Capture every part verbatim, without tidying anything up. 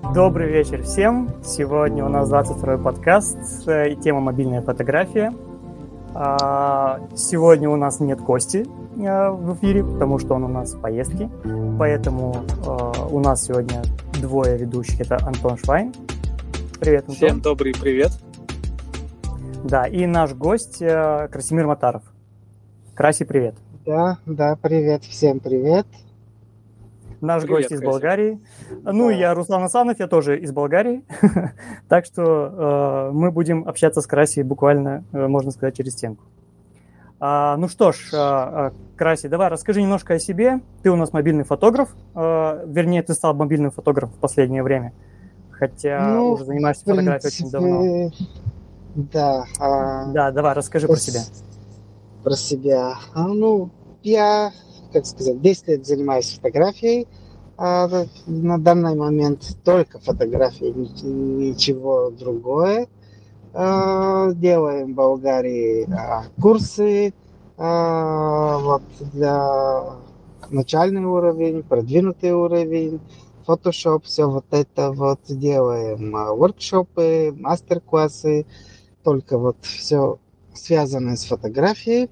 Добрый вечер всем. Сегодня у нас двадцать второй подкаст и тема мобильная фотография. Сегодня у нас нет Кости в эфире, потому что он у нас в поездке. Поэтому у нас сегодня двое ведущих. Это Антон Швайн. Привет, Антон. Всем добрый привет. Да, и наш гость Красимир Матаров. Краси, привет. Да, да, привет, всем привет. Наш Привет, гость из Катя. Болгарии. Ну, Да. я Руслан Асанов, я тоже из Болгарии. Так что э, мы будем общаться с Краси буквально, э, можно сказать, через стенку. А, ну что ж, э, Краси, давай расскажи немножко о себе. Ты у нас мобильный фотограф. Э, вернее, ты стал мобильным фотографом в последнее время. Хотя Ну, уже занимаешься в фотографией очень давно. принципе, да. а, Да, давай, расскажи про про себя. с- Про себя. А, ну, я, как сказать, десять лет занимаюсь фотографией. А на на данный момент только фотографии, ни- ничего другое. А, делаем в Болгарии а, курсы а, вот для начальный уровень, продвинутый уровень, Photoshop, все вот это вот делаем, а, воркшопы, мастер-классы, только вот все связанное с фотографией.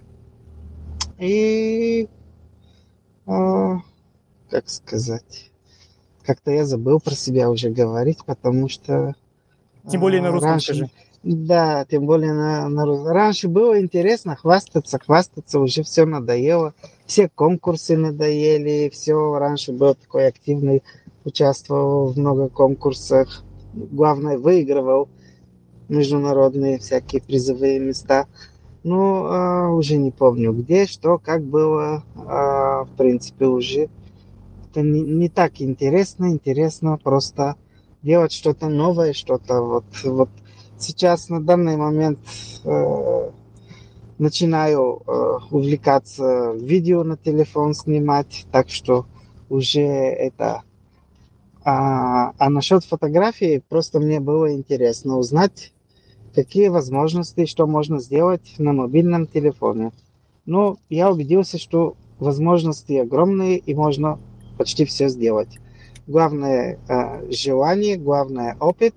И, а, как сказать, как-то я забыл про себя уже говорить, потому что Тем более на а, русском раньше, скажи. да, тем более на, на рус- раньше было интересно хвастаться, хвастаться, уже все надоело, все конкурсы надоели, все, раньше был такой активный, участвовал в много конкурсах, главное, выигрывал международные всякие призовые места. Ну, а, уже не помню где, что, как было, а, в принципе, уже это не, не так интересно, интересно просто делать что-то новое, что-то вот, вот сейчас на данный момент э, начинаю э, увлекаться видео на телефон снимать, так что уже это... А, а насчет фотографии просто мне было интересно узнать, какие возможности, что можно сделать на мобильном телефоне. Ну, я убедился, что возможности огромные и можно почти все сделать. Главное э, желание, главное опыт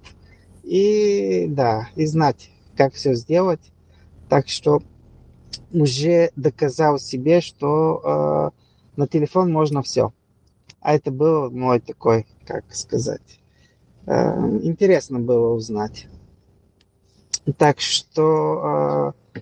и да, и знать, как все сделать. Так что уже доказал себе, что э, на телефон можно все. А это был мой такой, как сказать, э, интересно было узнать. Так что э,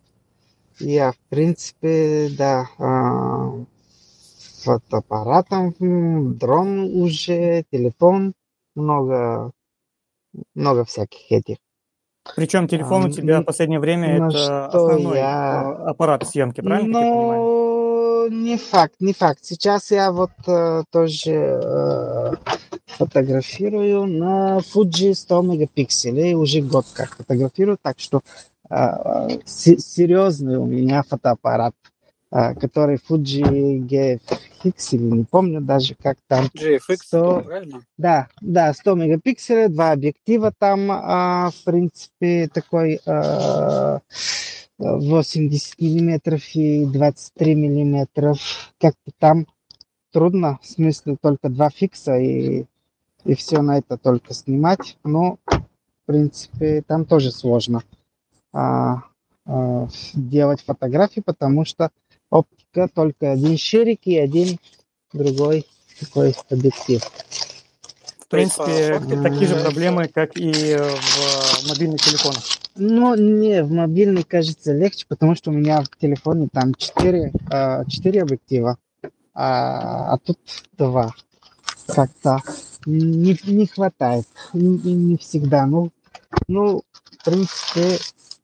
я, в принципе, да, э, фотоаппаратом, м, дрон уже, телефон, много, много всяких этих. Причем А, телефон у тебя в н- последнее время на это что основной э, я... аппарат съемки, правильно, как я понимаю? Ну, не факт, не факт. Сейчас я вот э, тоже э, фотографирую на Fuji сто мегапикселей, уже год как фотографирую, так что э, э, се- серьезный у меня фотоаппарат, э, который Fuji джи эф икс, или не помню даже как там, джи эф икс, сто, правильно? да, да, сто мегапикселей, два объектива там, а, в принципе, такой а, восемьдесят миллиметров и двадцать три миллиметров. Как-то там трудно, в смысле только два фикса и, и все на это только снимать. Но, в принципе, там тоже сложно а, а, делать фотографии, потому что оптика только один ширик и один другой такой объектив. В То есть по принципе, факту такие же получается, проблемы, как и в мобильных телефонах. Ну, не, в мобильный кажется легче, потому что у меня в телефоне там четыре, четыре объектива, а, а тут два. Как-то не, не хватает, не, не всегда. Ну, ну, в принципе,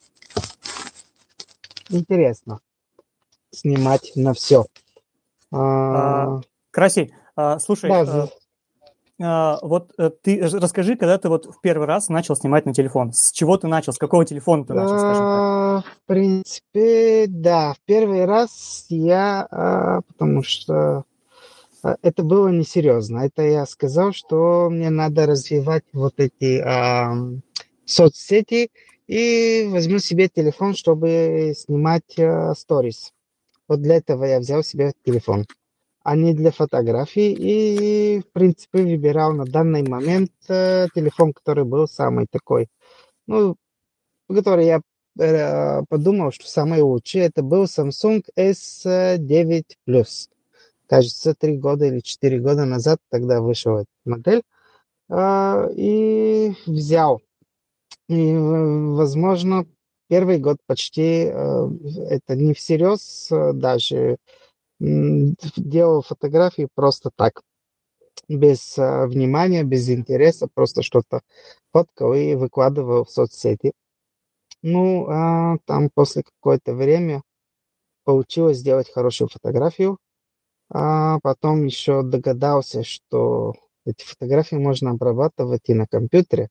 интересно снимать на все. А, А, Краси, а, слушай, да, а, за- а, вот э, ты ж- расскажи, когда ты вот в первый раз начал снимать на телефон. С чего ты начал? С какого телефона ты начал, скажем так? а, в принципе, да, в первый раз я, а, потому что А, это было несерьезно. Это я сказал, что мне надо развивать вот эти ам, соцсети и возьму себе телефон, чтобы снимать а, сторис. Вот для этого я взял себе телефон. а не для фотографий. И, в принципе, выбирал на данный момент э, телефон, который был самый такой, ну, который я э, подумал, что самый лучший. Это был Samsung эс девять плюс. Кажется, три года или четыре года назад тогда вышел эта модель. А, и взял. И, э, возможно, первый год почти э, это не всерьез э, даже м, делал фотографии просто так, без э, внимания, без интереса, просто что-то фоткал и выкладывал в соцсети. Ну, а там после какое-то время получилось сделать хорошую фотографию, а потом еще догадался, что эти фотографии можно обрабатывать и на компьютере,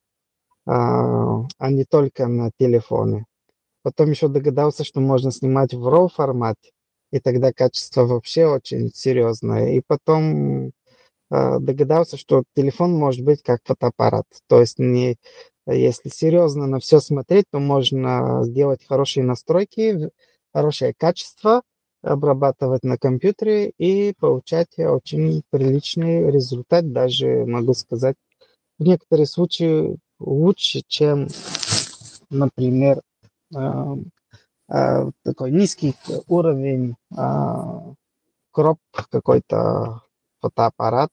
а, а не только на телефоне. Потом еще догадался, что можно снимать в RAW формате, и тогда качество вообще очень серьезное. И потом а, догадался, что телефон может быть как фотоаппарат. То есть не, если серьезно на все смотреть, то можно сделать хорошие настройки, в- хорошее качество, обрабатывать на компьютере и получать очень приличный результат. Даже могу сказать, в некоторые случаи лучше, чем, например, а, а, такой низкий уровень а, кроп какой-то фотоаппарат.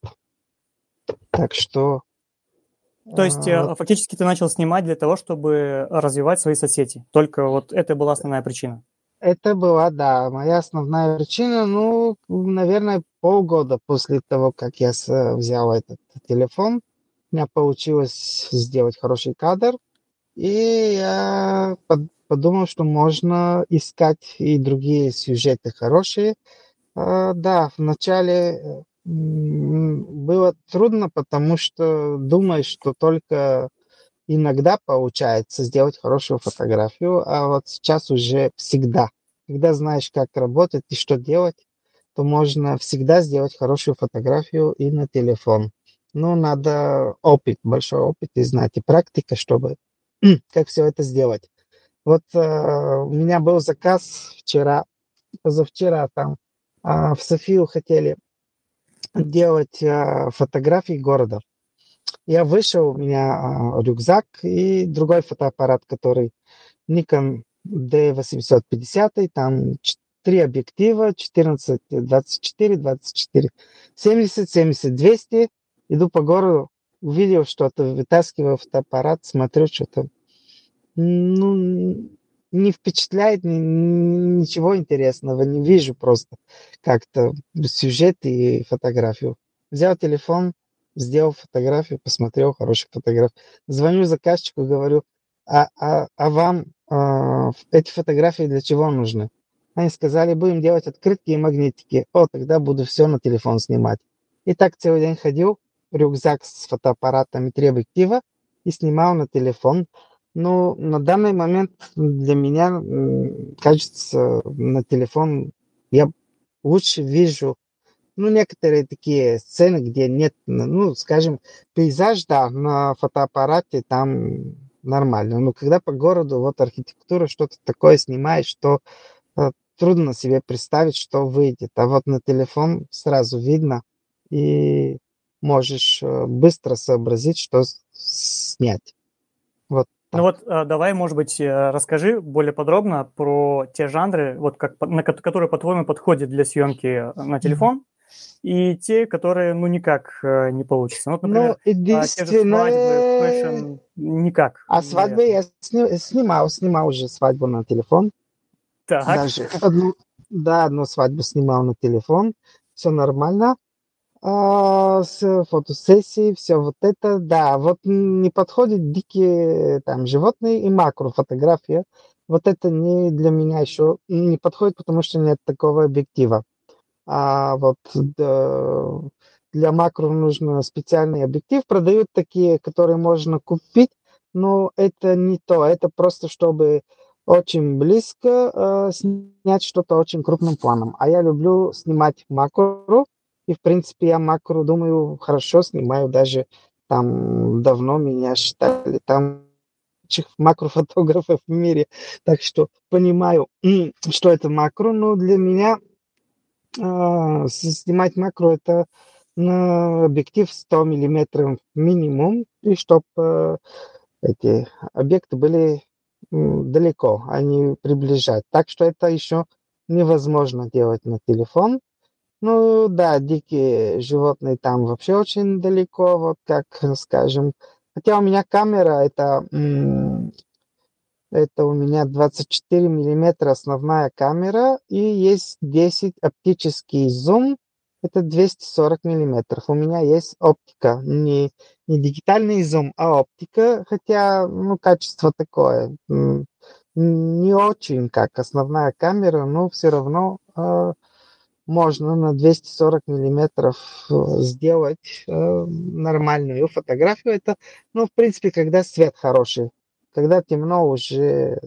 Так что То есть а, э, фактически ты начал снимать для того, чтобы развивать свои соцсети. Только вот это была основная причина. это была, да, моя основная причина. Ну, наверное, полгода после того, как я с- взял этот телефон, у меня получилось сделать хороший кадр, и я под- подумал, что можно искать и другие сюжеты хорошие. А, да, вначале м, было трудно, потому что думаешь, что только иногда получается сделать хорошую фотографию, а вот сейчас уже всегда. Когда знаешь, как работать и что делать, то можно всегда сделать хорошую фотографию и на телефон. Но надо опыт, большой опыт и знать, и практика, чтобы как все это сделать. Вот э, у меня был заказ вчера, позавчера там а, в Софию хотели делать а, фотографии города. Я вышел, у меня а, рюкзак и другой фотоаппарат, который Nikon ди восемьсот пятьдесят, там ч- три объектива, четырнадцать, двадцать четыре, двадцать четыре, семьдесят, семьдесят, двести. Иду по городу, увидел что-то, вытаскиваю фотоаппарат, смотрю, что-то, ну, не впечатляет, ни- ни- ничего интересного, не вижу просто как-то сюжет и фотографию. Взял телефон, сделал фотографию, посмотрел хорошую фотографию. Звоню заказчику, говорю, а, а, а вам а, эти фотографии для чего нужны? Они сказали, будем делать открытки и магнитики. О, тогда буду все на телефон снимать. И так целый день ходил, рюкзак с фотоаппаратом и три объектива и снимал на телефон. Ну, на данный момент для меня, м, кажется, на телефон я лучше вижу, ну, некоторые такие сцены, где нет, ну, скажем, пейзаж, да, на фотоаппарате там нормально. Но когда по городу, вот архитектура, что-то такое снимаешь, что э, трудно себе представить, что выйдет. А вот на телефон сразу видно и можешь э, быстро сообразить, что с- снять. Вот Ну так. вот э, давай, может быть, э, расскажи более подробно про те жанры, вот как, по- на, ко- которые, по-твоему, подходят для съемки на телефон, и те, которые, ну, никак э, не получится. Ну, вот, Ну, например, а, те же свадьбы, единственное... фэшн, никак, А свадьбы наверное. я сни- снимал, снимал уже свадьбу на телефон. Так, Даже одну, да, одну свадьбу снимал на телефон. Все нормально. А, с фотосессией, все вот это, да. Вот не подходят дикие там животные и макрофотография. Вот это не для меня еще не подходит, потому что нет такого объектива. А вот да, для макро нужно специальный объектив. Продают такие, которые можно купить, но это не то. Это просто чтобы очень близко э, снять что-то очень крупным планом. А я люблю снимать макро. И, в принципе, я макро, думаю, хорошо снимаю. Даже там давно меня считали там лучших макрофотографов в мире. Так что понимаю, м, что это макро. Но для меня А, с- снимать макро это на объектив сто миллиметров минимум, и чтобы эти объекты были м, далеко, а не приближать. Так что это еще невозможно делать на телефон. Ну да, дикие животные там вообще очень далеко, вот как, скажем. Хотя у меня камера, это, м, это у меня двадцать четыре миллиметра основная камера, и есть десять оптический зум, это двести сорок миллиметров. У меня есть оптика, не, не дигитальный зум, а оптика, хотя ну, качество такое, м, не очень как основная камера, но все равно э, можно на двести сорок миллиметров э, сделать э, нормальную фотографию. Это, ну, в принципе, когда свет хороший. Когда темно, уже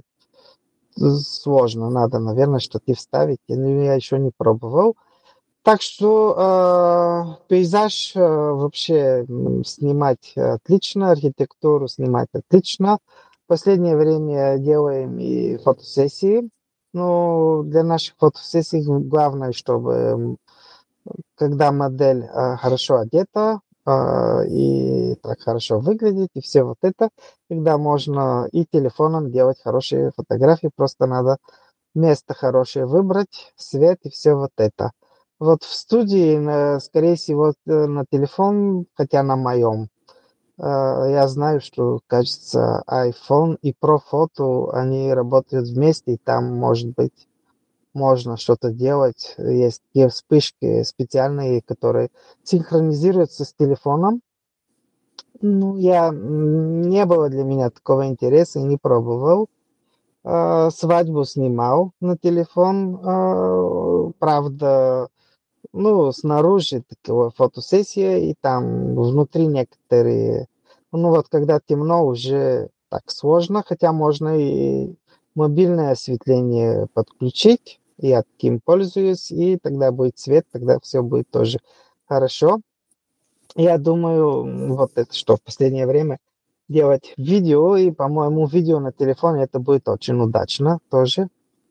сложно. Надо, наверное, штатив ставить. Но я еще не пробовал. Так что э, пейзаж э, вообще м, снимать отлично, архитектуру снимать отлично. В последнее время делаем и фотосессии. Ну, для наших фотосессий главное, чтобы когда модель а, хорошо одета а, и так хорошо выглядит, и все вот это, тогда можно и телефоном делать хорошие фотографии, просто надо место хорошее выбрать, свет и все вот это. Вот в студии, э, скорее всего, э, на телефон, хотя на моем, э, я знаю, что, кажется, iPhone и Pro Photo, они работают вместе, и там может быть можно что-то делать. Есть такие вспышки специальные, которые синхронизируются с телефоном. Ну, я м, не было для меня такого интереса и не пробовал. А, свадьбу снимал на телефон. А, правда, ну, снаружи такая фотосессия, и там внутри некоторые... Ну, вот когда темно, уже так сложно, хотя можно и мобильное осветление подключить. Я таким пользуюсь, и тогда будет свет, тогда все будет тоже хорошо. Я думаю, м, вот это что в последнее время делать видео, и, по-моему, видео на телефоне это будет очень удачно тоже.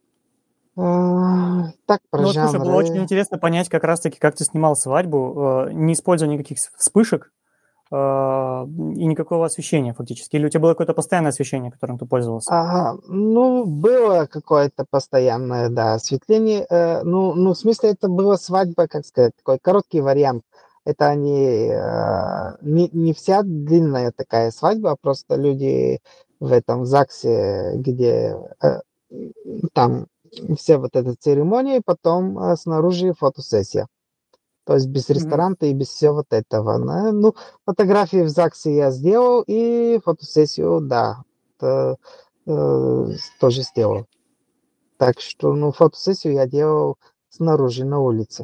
А, так, про Ну вот, слушай, было очень жанры. интересно понять как раз-таки, как ты снимал свадьбу, э, не используя никаких с- вспышек э, и никакого освещения фактически. Или у тебя было какое-то постоянное освещение, которым ты пользовался? Ага, ну, было какое-то постоянное, да, осветление. Э, ну, ну, в смысле, это была свадьба, как сказать, такой короткий вариант. Это не, э, не, не вся длинная такая свадьба, а просто люди в этом ЗАГСе, где э, там все вот эта церемония, потом э, снаружи фотосессия. То есть без Мгм. ресторана и без всего вот этого. Да. Ну, фотографии в ЗАГСе я сделал, и фотосессию, да, т- э, тоже сделал. Так что, ну, фотосессию я делал снаружи, на улице.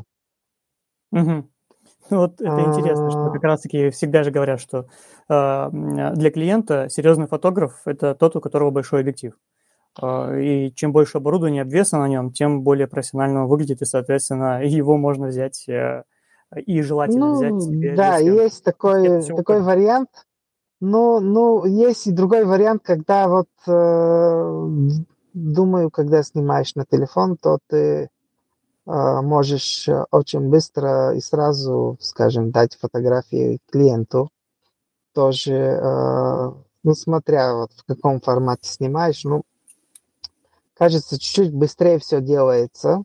Мгм. Ну вот это интересно, что А, как раз-таки всегда же говорят, что а, м, для клиента серьезный фотограф – это тот, у которого большой объектив. А, И чем больше оборудования обвеса на нем, тем более профессионально он выглядит, и, соответственно, его можно взять э, и желательно взять ну, себе для да, съемки. есть И это такой, все такой уходит. вариант. Но, ну, есть и другой вариант, когда вот, э, думаю, когда снимаешь на телефон, то ты а, можешь э, очень быстро и сразу, скажем, дать фотографии клиенту. Тоже, э, ну, смотря вот в каком формате снимаешь, ну, кажется, чуть-чуть быстрее все делается,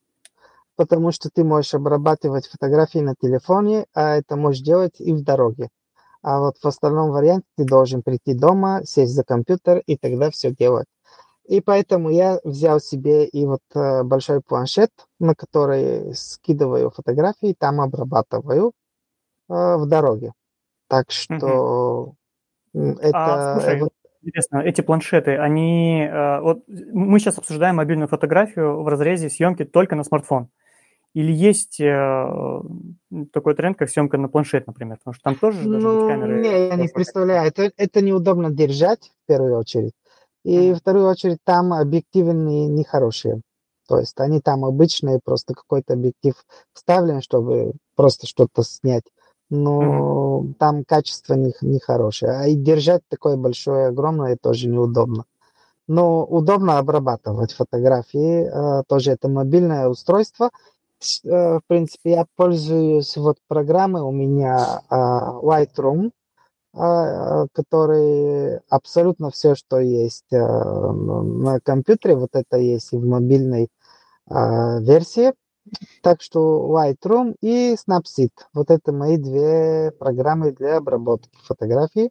потому что ты можешь обрабатывать фотографии на телефоне, а это можешь делать и в дороге. А вот в остальном варианте ты должен прийти дома, сесть за компьютер и тогда все делать. И поэтому я взял себе и вот э, большой планшет, на который скидываю фотографии, там обрабатываю э, в дороге. Так Мгм. что м, А это э, слушай, вот вот интересно, эти планшеты, они, э, вот мы сейчас обсуждаем мобильную фотографию в разрезе съемки только на смартфон. Или есть э, такой тренд, как съемка на планшет, например, потому что там тоже же должны быть ну, камеры не, я не хорошего качества. представляю. Это, это неудобно держать в первую очередь. И Мгм. в вторую очередь там объективы не, нехорошие. То есть они там обычные, просто какой-то объектив вставлен, чтобы просто что-то снять. Мгм. Но там качество не, нехорошее. А и держать такое большое, огромное тоже неудобно. Но удобно обрабатывать фотографии. э, Тоже это мобильное устройство. в принципе, я пользуюсь вот программой у меня Lightroom, который абсолютно все, что есть на компьютере, вот это есть и в мобильной версии. Так что Lightroom и Snapseed. Вот это мои две программы для обработки фотографий.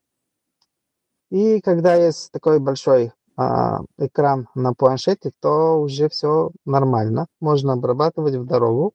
И когда есть такой большой а, экран на планшете, то уже все нормально. Можно обрабатывать в дорогу.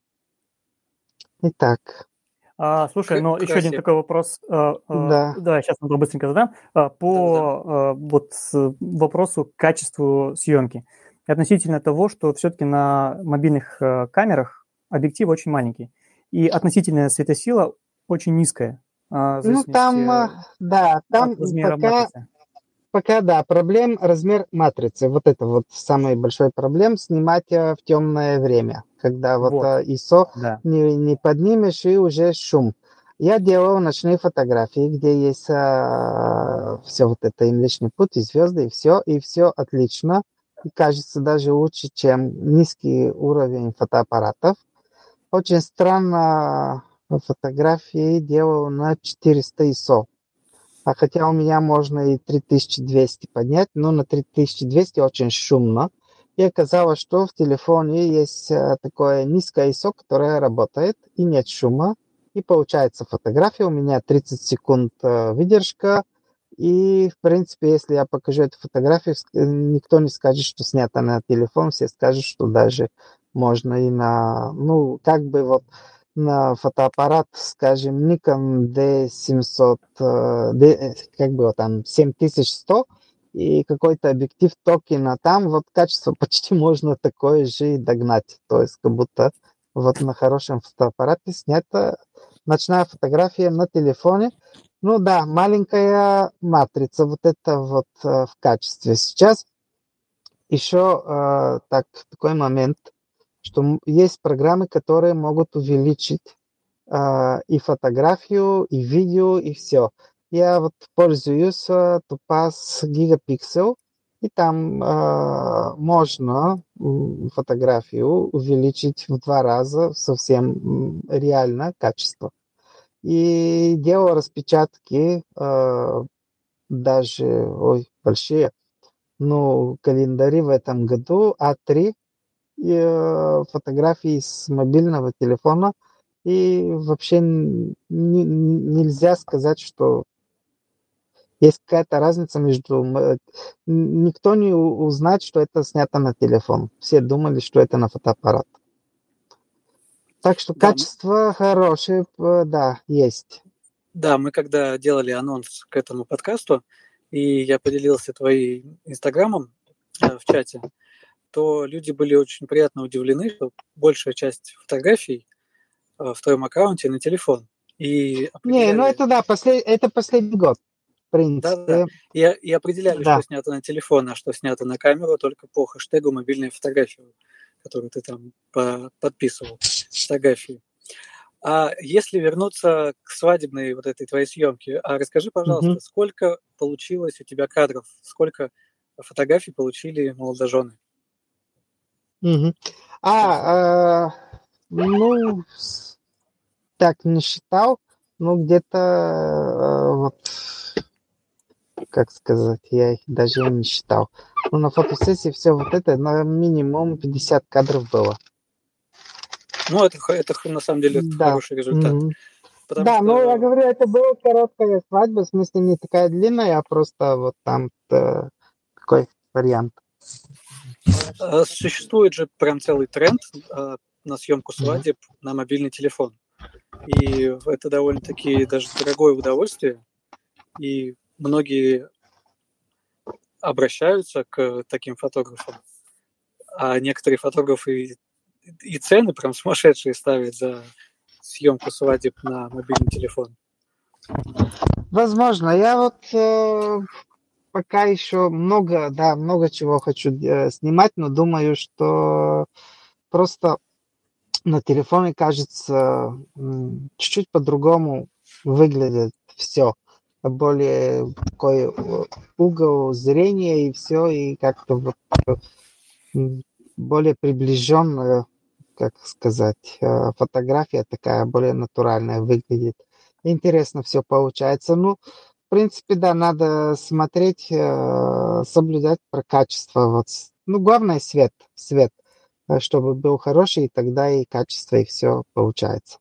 Итак. А, слушай, но еще один такой вопрос. А, да. Да, сейчас мы быстренько задам. А, по да, да. вот вопросу к качеству съемки. Относительно того, что все-таки на мобильных камерах объектив очень маленький. И относительная светосила очень низкая. Ну, там, да, там пока, пока, да, проблем размер матрицы. Вот это вот самый большой проблем снимать в темное время, когда вот, вот ай эс о да. не, не поднимешь и уже шум. Я делал ночные фотографии, где есть а, все вот это и Млечный Путь, и звезды, и все, и все отлично. И кажется даже лучше, чем низкий уровень фотоаппаратов. Очень странно фотографии делал на четыреста ай эс о. А хотя у меня можно и три тысячи двести поднять, но на три тысячи двести очень шумно. И оказалось, что в телефоне есть такое низкое ай эс о, которое работает, и нет шума. И получается фотография. У меня тридцать секунд выдержка. И, в принципе, если я покажу эту фотографию, никто не скажет, что снято на телефон. Все скажут, что даже можно и на, ну, как бы вот на фотоаппарат, скажем, Nikon ди семьсот, D, как бы вот там семь тысяч сто, и какой-то объектив Токина, там вот качество почти можно такое же и догнать. То есть как будто вот на хорошем фотоаппарате снята ночная фотография на телефоне. Ну да, маленькая матрица, вот это вот э, в качестве. Сейчас еще э, так, такой момент, что есть программы, которые могут увеличить э, и фотографию, и видео, и все. Я вот пользуюсь э, Topaz Gigapixel, и там э, можно э, фотографию увеличить в два раза, совсем э, реально качество. И делал распечатки э, даже ой, большие, ну, календари в этом году, а три и, э, фотографии с мобильного телефона. И вообще н- н- нельзя сказать, что есть какая-то разница между... м- Никто не у- узнает, что это снято на телефон. Все думали, что это на фотоаппарат. Так что Да, качество хорошее, э, да, есть. Да, мы когда делали анонс к этому подкасту, и я поделился твоим инстаграмом э, в чате, то люди были очень приятно удивлены, что большая часть фотографий э, в твоем аккаунте на телефон. И определяли... Не, ну это да, послед... это последний год, в принципе. Да, да. И, и определяли, да. что снято на телефон, а что снято на камеру, только по хэштегу «мобильная фотография», которую ты там по- подписывал, фотографии. А если вернуться к свадебной вот этой твоей съемке, а расскажи, пожалуйста, uh-huh. сколько получилось у тебя кадров, сколько фотографий получили молодожены? Uh-huh. А, а, ну, так не считал, ну где-то а, вот, как сказать, я их даже не считал. Ну на фотосессии все вот это, на минимум пятьдесят кадров было. Ну, это, это на самом деле это да. хороший результат. Mm-hmm. Потому да, что... ну, я говорю, это была короткая свадьба, в смысле не такая длинная, а просто вот там такой вариант. Существует же прям целый тренд на съемку свадеб mm-hmm. на мобильный телефон. И это довольно-таки даже дорогое удовольствие. И многие обращаются к таким фотографам. А некоторые фотографы и цены прям сумасшедшие ставят за съемку свадеб на мобильный телефон. Возможно. Я вот э, пока еще много, да, много чего хочу э, снимать, но думаю, что просто на телефоне, кажется, м, чуть-чуть по-другому выглядит все. Более такой угол зрения и все, и как-то вот более приближенно как сказать, э, фотография такая более натуральная выглядит. Интересно все получается. Ну, в принципе, да, надо смотреть, э, соблюдать про качество. Вот. с- Ну, главное свет, свет, э, чтобы был хороший, и тогда и качество, и все получается.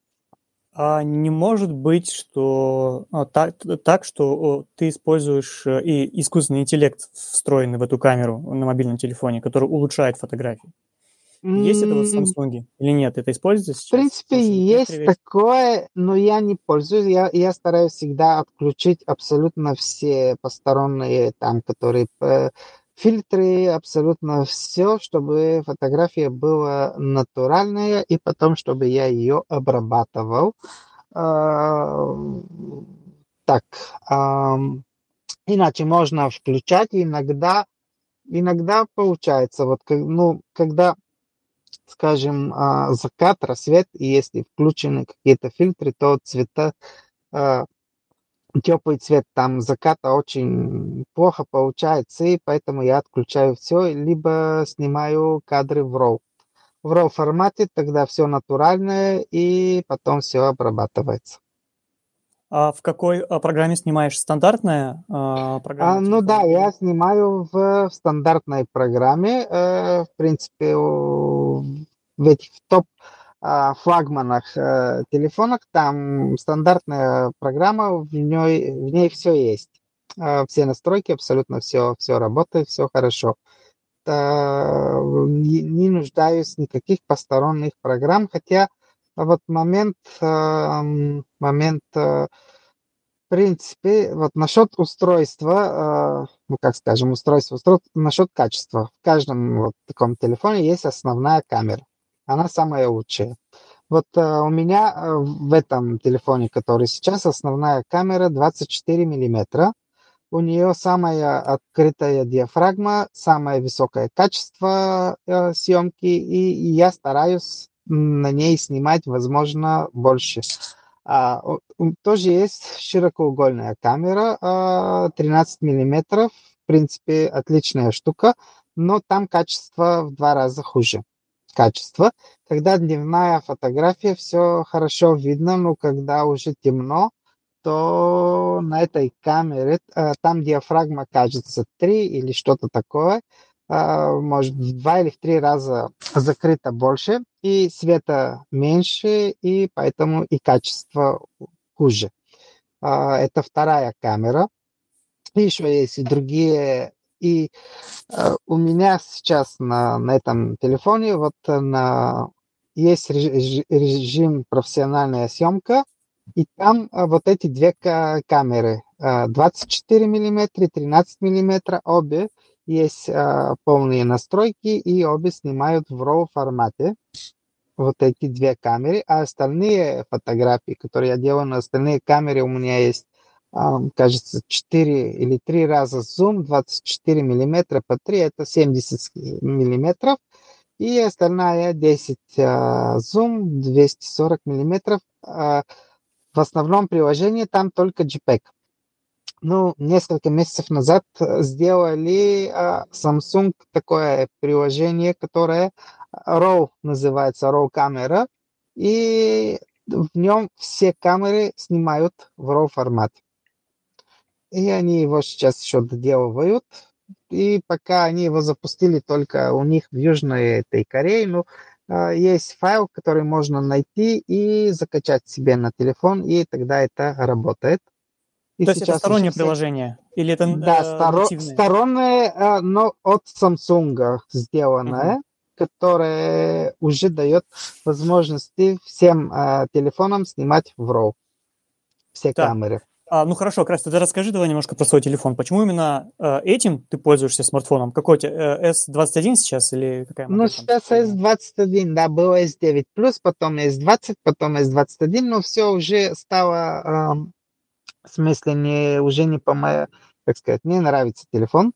А не может быть, что а, так, так, что о, ты используешь э, и искусственный интеллект, встроенный в эту камеру на мобильном телефоне, который улучшает фотографии. Есть это вот в М, Samsung или нет? Это используется В сейчас? принципе, Потому что вот некоторые есть версии... такое, но я не пользуюсь. Я, я стараюсь всегда отключить абсолютно все посторонние там, которые э, фильтры, абсолютно все, чтобы фотография была натуральная, и потом, чтобы я ее обрабатывал. А, Так, ам, иначе можно включать, иногда, иногда получается, вот, как- ну, когда скажем, а, закат, рассвет, и если включены какие-то фильтры, то цвета, а, теплый цвет там заката очень плохо получается, и поэтому я отключаю все, либо снимаю кадры в RAW. В RAW формате тогда все натуральное, и потом все обрабатывается. А в какой а, программе снимаешь? Стандартная а, программа А, на ну да, телефоне? я Или... снимаю в, в стандартной программе. Э, в принципе, у- в этих топ а, флагманах э, телефонах там стандартная программа, в ней, в ней все есть. Э, все настройки, абсолютно все, все работает, все хорошо. Э, не, не нуждаюсь в никаких посторонних программ, хотя вот момент, э, момент э, в принципе, вот насчет устройства, э, ну, как скажем, устройства, устройства, насчет качества. В каждом вот таком телефоне есть основная камера. Она самая лучшая. Вот э, у меня э, в этом телефоне, который сейчас, основная камера двадцать четыре миллиметра. У нее самая открытая диафрагма, самое высокое качество э, съемки, и, и я стараюсь м, на ней снимать, возможно, больше. А, о- м, тоже есть широкоугольная камера, а, тринадцать миллиметров. В принципе, отличная штука, но там качество в два раза хуже. Качество. Когда дневная фотография, все хорошо видно, но когда уже темно, то на этой камере, э, там диафрагма, кажется, три или что-то такое, а, может, в два или в три раза закрыто больше, и света меньше, и поэтому и качество хуже. А, Это вторая камера. И еще есть и другие. И э, у меня сейчас на, на этом телефоне вот э, на, есть реж- режим профессиональная съемка, и там э, вот эти две ка- камеры, э, двадцать четыре миллиметра и тринадцать миллиметров, обе есть э, полные настройки, и обе снимают в RAW формате. Вот эти две камеры, а остальные фотографии, которые я делаю на остальные камеры, у меня есть, ам, кажется, четыре или три раза зум, двадцать четыре миллиметра по три, это семьдесят миллиметров, и остальная десять а, зум, двести сорок миллиметров. А, в основном приложении там только JPEG. Ну, несколько месяцев назад э, сделали а, Samsung такое приложение, которое RAW называется, RAW камера, и в нем все камеры снимают в RAW формат. И они его сейчас еще доделывают. И пока они его запустили только у них в Южной этой Корее, ну, а, есть файл, который можно найти и закачать себе на телефон, и тогда это работает. И То есть это сейчас уже стороннее все. приложение? Или это Да, э, сторо- нативное? стороннее, а, но от Samsung Мгм. сделанное, которое уже дает возможности всем а, телефонам снимать в RAW все Так, камеры. а, ну хорошо, Крась, тогда расскажи давай немножко про свой телефон. Почему именно э, этим ты пользуешься смартфоном? Какой у тебя, э, эс двадцать один сейчас или какая Ну, модель там сейчас последняя? эс двадцать один, да, было эс девять плюс, потом эс двадцать, потом эс двадцать один, но все уже стало, ам, в смысле, не, уже не по моей, как сказать, мне нравится телефон.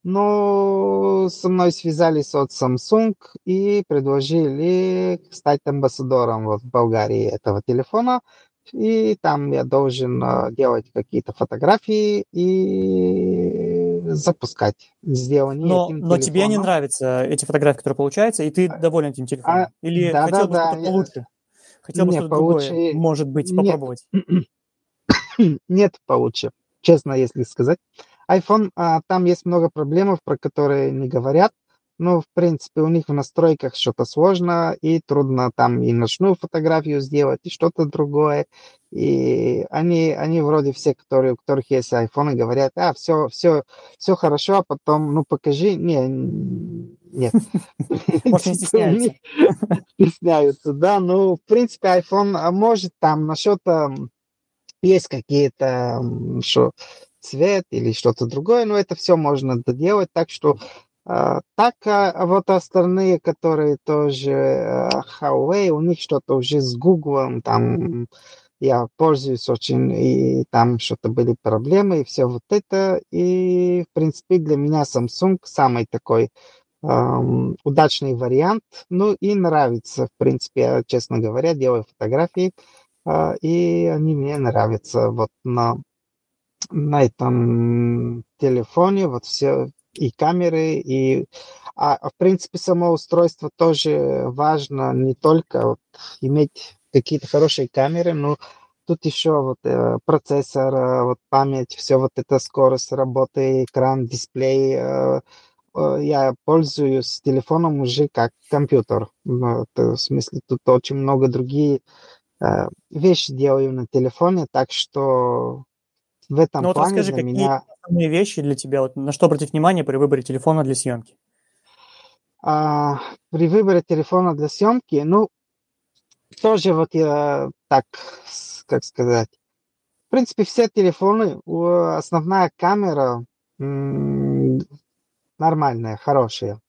Но со мной связались от Samsung и предложили стать амбассадором вот в Болгарии этого телефона. И там я должен э, делать какие-то фотографии и запускать. Сделаны Но, этим но тебе не телефоном. нравятся эти фотографии, которые получаются, и ты доволен этим телефоном? А, Или да, хотел да, бы да. что-то получше? Хотел бы Не, что-то другое, получше. может быть, Нет. попробовать? Нет получше. Честно, если сказать. iPhone, а, там есть много проблем, про которые не говорят. Ну, в принципе, у них в настройках что-то сложно, и трудно там и ночную фотографию сделать, и что-то другое. И они, они вроде все, которые, у которых есть iPhone, говорят, а, все, все, все хорошо, а потом, ну, покажи. Не, нет. Может, не Типа, у них стесняются. стесняются, да. Ну, в принципе, iPhone а, может там насчет ам, есть какие-то, м, что цвет или что-то другое, но это все можно доделать. Так что а, так, а, а вот остальные, которые тоже а, Huawei, у них что-то уже с Google, там я пользуюсь очень, и там что-то были проблемы, и все вот это. И, в принципе, для меня Samsung самый такой ам, удачный вариант. Ну и нравится, в принципе, я, честно говоря, делаю фотографии, а, и они мне нравятся. Вот на, на этом телефоне вот все и камеры, и а, а, в принципе само устройство тоже важно не только вот иметь какие-то хорошие камеры, но тут еще вот э, процессор, э, вот память, все вот это скорость работы, экран, дисплей. э, э, Я пользуюсь телефоном уже как компьютер. Ну, это, в смысле, тут очень много другие э, вещи делаю на телефоне, так что в Ну этом вот плане расскажи, для какие меня основные вещи для тебя, вот на что обратить внимание при выборе телефона для съемки? а, при выборе телефона для съемки, ну, тоже вот я так, с- как сказать, в принципе, все телефоны, у- основная камера м, нормальная, хорошая.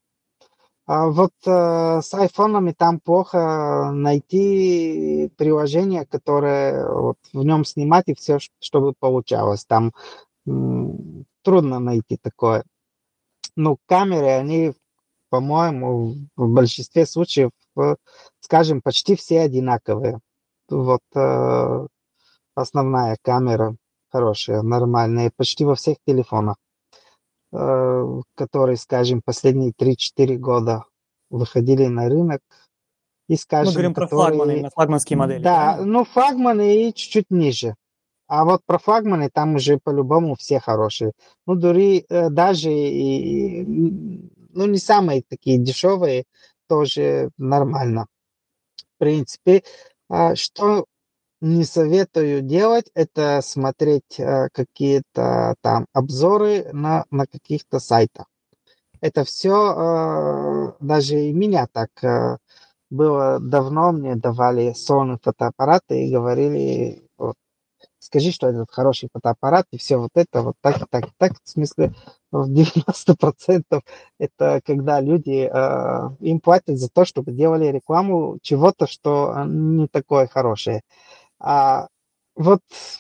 А вот э, с айфонами там плохо найти приложение, которое вот в нем снимать и все, чтобы получалось. Там м, трудно найти такое. Ну, камеры, они, по-моему, в большинстве случаев, э, скажем, почти все одинаковые. Вот э, основная камера хорошая, нормальная, почти во всех телефонах, э, которые, скажем, последние три-четыре года выходили на рынок, и, Мы скажем, говорим про флагманы, которые, именно флагманские модели, да, правильно? ну, флагманы и чуть-чуть ниже. А вот про флагманы там уже по-любому все хорошие. Ну, дури, э, даже и, м, ну, не самые такие дешевые, тоже нормально. В принципе, а, что не советую делать, это смотреть э, какие-то там обзоры на, на каких-то сайтах. Это все, даже и меня так э, было давно, мне давали Sony фотоаппараты и говорили, вот, скажи, что этот хороший фотоаппарат, и все вот это, вот так, и так, и так. В смысле, в девяносто процентов это когда люди, э, им платят за то, чтобы делали рекламу чего-то, что э, не такое хорошее. А вот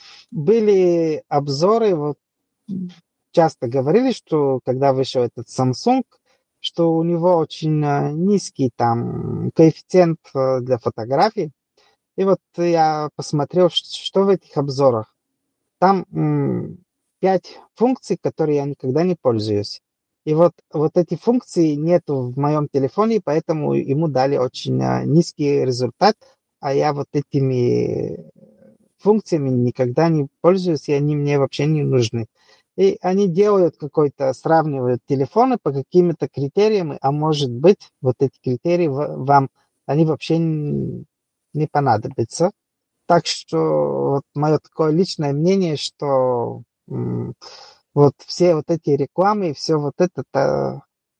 были обзоры, вот часто говорили, что когда вышел этот Samsung, что у него очень э, низкий там коэффициент э, для фотографий. И вот я посмотрел, ш- что в этих обзорах. Там м, пять функций, которые я никогда не пользуюсь. И вот, вот эти функции нету в моем телефоне, поэтому ему дали очень а, низкий результат, а я вот этими функциями никогда не пользуюсь, и они мне вообще не нужны. И они делают какой-то, сравнивают телефоны по каким-то критериям, а может быть, вот эти критерии ва- вам, они вообще н- не понадобятся. Так что вот мое такое личное мнение, что м, вот все вот эти рекламы и все вот это э,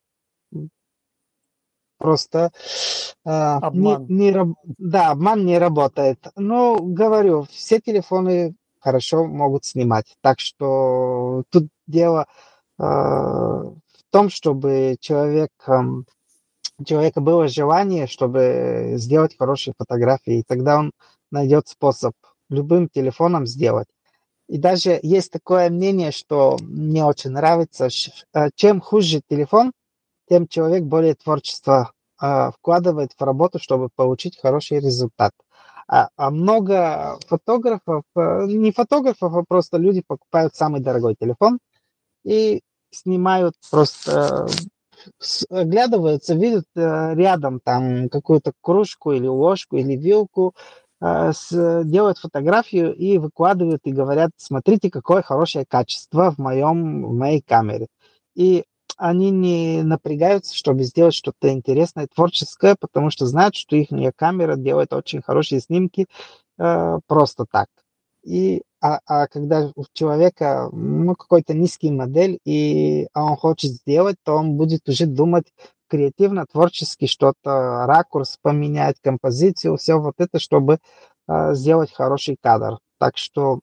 просто э, не, Обман. не раб- да, обман не работает. Но говорю, все телефоны хорошо могут снимать. Так что тут дело э, в том, чтобы человек, эм, у человека было желание, чтобы сделать хорошие фотографии, и тогда он найдет способ любым телефоном сделать. И даже есть такое мнение, что мне очень нравится, ш- э, чем хуже телефон, тем человек более творчество а, вкладывает в работу, чтобы получить хороший результат. А, а много фотографов, э, не фотографов, а просто люди покупают самый дорогой телефон, и снимают просто, с- оглядываются, видят э, рядом там какую-то кружку или ложку или вилку, э, с- делают фотографию и выкладывают и говорят, смотрите, какое хорошее качество в моем, в моей камере. И они не напрягаются, чтобы сделать что-то интересное, творческое, потому что знают, что их камера делает очень хорошие снимки э, просто так. И, а, а когда у человека ну, какой-то низкий модель, и а он хочет сделать, то он будет уже думать креативно, творчески, что-то, ракурс поменять, композицию, все вот это, чтобы а, сделать хороший кадр. Так что,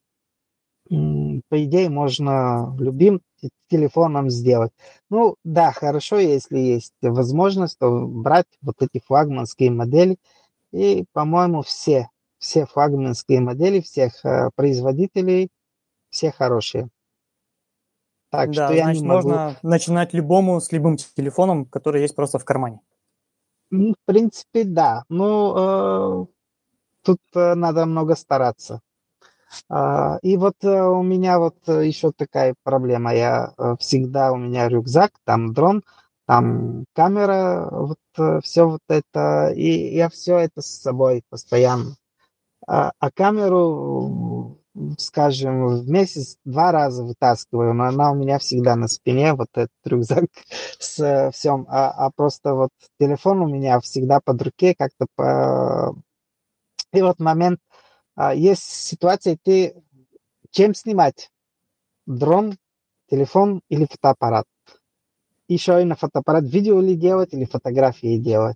м, по идее, можно любым те- телефоном сделать. Ну, да, хорошо, если есть возможность, то брать вот эти флагманские модели, и, по-моему, все, все флагманские модели всех э, производителей, все хорошие. Так что Да, я не значит, могу... можно начинать любому с любым телефоном, который есть просто в кармане. Ну, в принципе, да. Ну, э, тут э, надо много стараться. А, и вот э, у меня вот э, еще такая проблема. Я э, всегда, у меня рюкзак, там дрон, там камера, вот все вот это. И я все это с собой постоянно. А, а камеру, м, скажем, в месяц два раза вытаскиваю, но она у меня всегда на спине, вот этот рюкзак с всем. А, а просто вот телефон у меня всегда под руке, как-то по... И вот момент, а, есть ситуация, ты чем снимать? Дрон, телефон или фотоаппарат? Еще и на фотоаппарат видео ли делать или фотографии делать?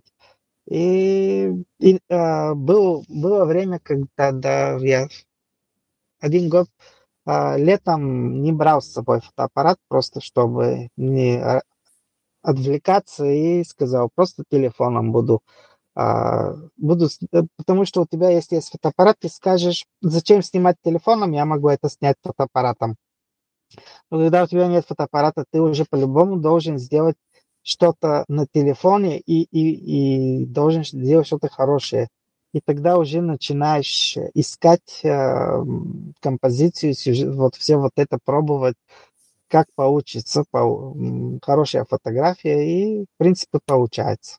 И, и, а, был, было время, когда да, я один год а, летом не брал с собой фотоаппарат, просто чтобы не а, отвлекаться, и сказал, просто телефоном буду. а, буду, с- э, потому что у тебя, если есть фотоаппарат, ты скажешь, зачем снимать телефоном, я могу это снять фотоаппаратом. Но когда у тебя нет фотоаппарата, ты уже по-любому должен сделать что-то на телефоне и, и, и должен сделать что-то хорошее. И тогда уже начинаешь искать э, м, композицию, сюжет, вот все вот это пробовать, как получится, по- м, хорошая фотография, и, в принципе, получается.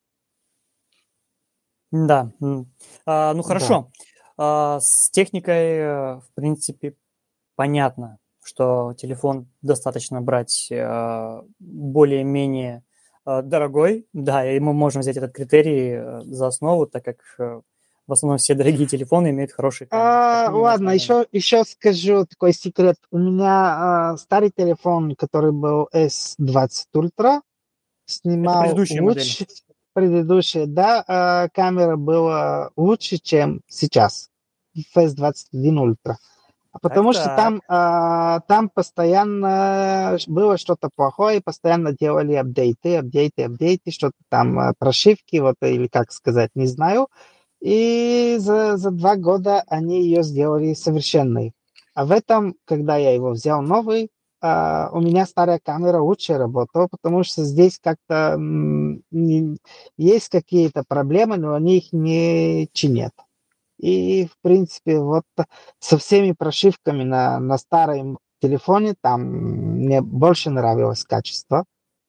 Да. м. А, ну Да. хорошо. А, с техникой, э, в принципе, понятно, что телефон достаточно брать э, более-менее э, дорогой. Да, и мы можем взять этот критерий э, за основу, так как э, в основном все дорогие телефоны имеют хорошие камеры, как А, минимум ладно, основные. еще, еще скажу такой секрет. У меня а, старый телефон, который был эс двадцать Ultra, Это снимал предыдущие модели. лучше предыдущие, да, а, камера была лучше, чем сейчас в эс двадцать один Ultra. Потому что Так-так. там, а, там постоянно было что-то плохое, постоянно делали апдейты, апдейты, апдейты, что-то там, а, прошивки, вот, или как сказать, не знаю. И за, за два года они ее сделали совершенной. А в этом, когда я его взял новый, а, у меня старая камера лучше работала, потому что здесь как-то м, не- есть какие-то проблемы, но они их не чинят. И, в принципе, вот со всеми прошивками на, на старом телефоне там мне больше нравилось качество.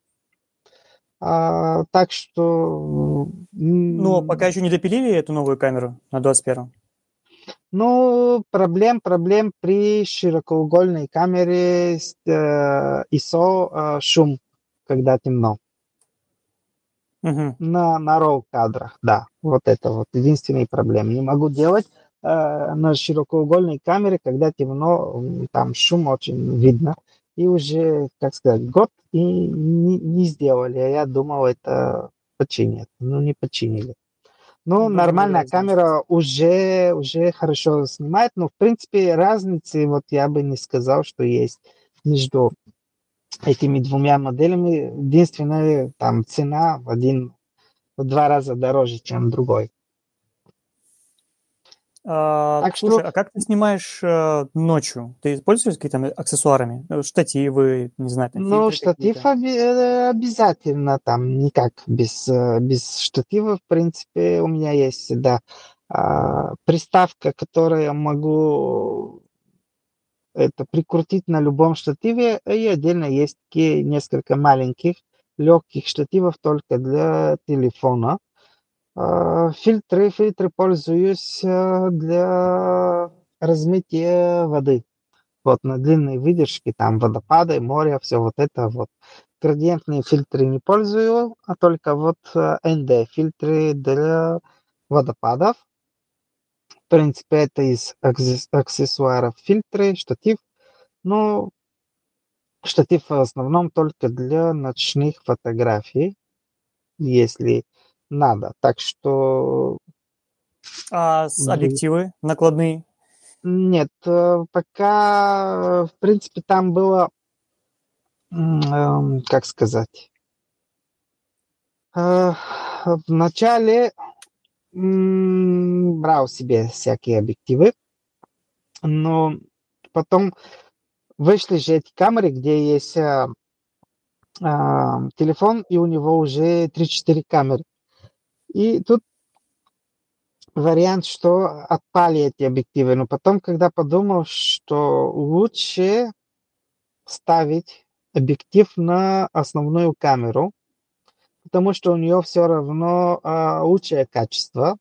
А, так что, Но пока м, еще не допилили эту новую камеру на двадцать первом. ну, проблем, проблем при широкоугольной камере с э, ай эс о э, шум, когда темно. Мгм. На, на RAW кадрах, да. Вот это вот единственная проблема. Не могу делать э, на широкоугольной камере, когда темно, м, там шум очень видно. И уже, как сказать, год и не, не сделали. А я думал, это починят. Ну, не починили. Ну, Будем нормальная выбирать, значит. камера уже, уже хорошо снимает, но, в принципе, разницы вот я бы не сказал, что есть между этими двумя моделями. Единственное, там цена в один в два раза дороже, чем другой. А, Так что, слушай, а как ты снимаешь э, ночью? Ты пользуешься какими-то аксессуарами? Э, Штативы, не знаю, там ну, фильтры штатив какие-то? оби- э, обязательно, там никак без, э, без штатива, в принципе, у меня есть всегда а, приставка, которая могу это прикрутить на любом штативе, и отдельно есть такие несколько маленьких, легких штативов только для телефона. А, Фильтры, фильтры пользуюсь а, для размытия воды. Вот на длинной выдержке, там водопады, море, все вот это вот. Градиентные фильтры не пользую, а только вот а, эн ди фильтры для водопадов. В принципе, это из аксес- аксессуаров фильтры, штатив. Но штатив в основном только для ночных фотографий, если надо. Так что А с в- объективы накладные? нет, э, пока, э, в принципе, там было, м, эм, как сказать, э, в начале м, брал себе всякие объективы, но потом вышли же эти камеры, где есть а, а, телефон, и у него уже три-четыре камеры. И тут вариант, что отпали эти объективы. Но потом, когда подумал, что лучше ставить объектив на основную камеру, потому что у нее все равно а, лучшее качество.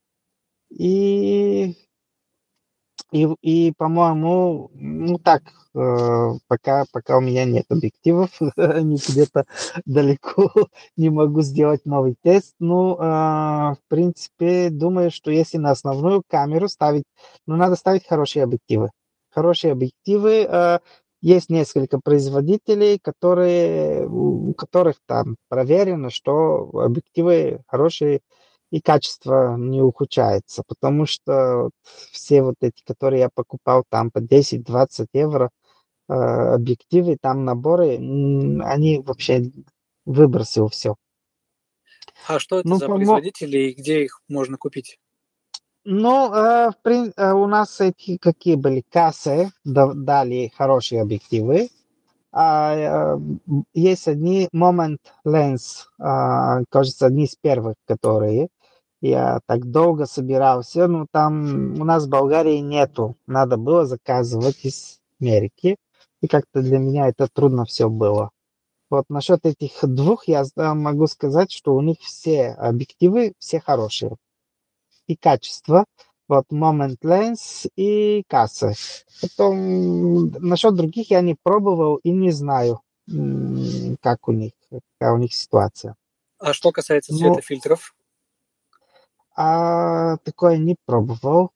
И, и, и по-моему, ну так, э, пока, пока у меня нет объективов, они где-то далеко, не могу сделать новый тест. Ну, а, в принципе, думаю, что если на основную камеру ставить, ну, надо ставить хорошие объективы. Хорошие объективы. а, Есть несколько производителей, которые, у которых там проверено, что объективы хорошие и качество не ухудшается, потому что вот все вот эти, которые я покупал там по десять-двадцать евро, э, объективы, там наборы, м, они вообще выбросил все. А что это Ну, за по-мо... производители и где их можно купить? ну э, в прин- э, у нас эти какие были кассы, да- дали хорошие объективы. А, э, м, есть одни Moment Lens, а, кажется, одни из первых, которые я так долго собирался, но там у нас в Болгарии нету. Надо было заказывать из Америки. И как-то для меня это трудно все было. Вот насчет этих двух я с- могу сказать, что у них все объективы, все хорошие. И качество. Вот Moment Lens и кассы. Потом насчет других я не пробовал и не знаю, м, как у них, какая у них ситуация. А что касается Ну, светофильтров? а такое не пробовал,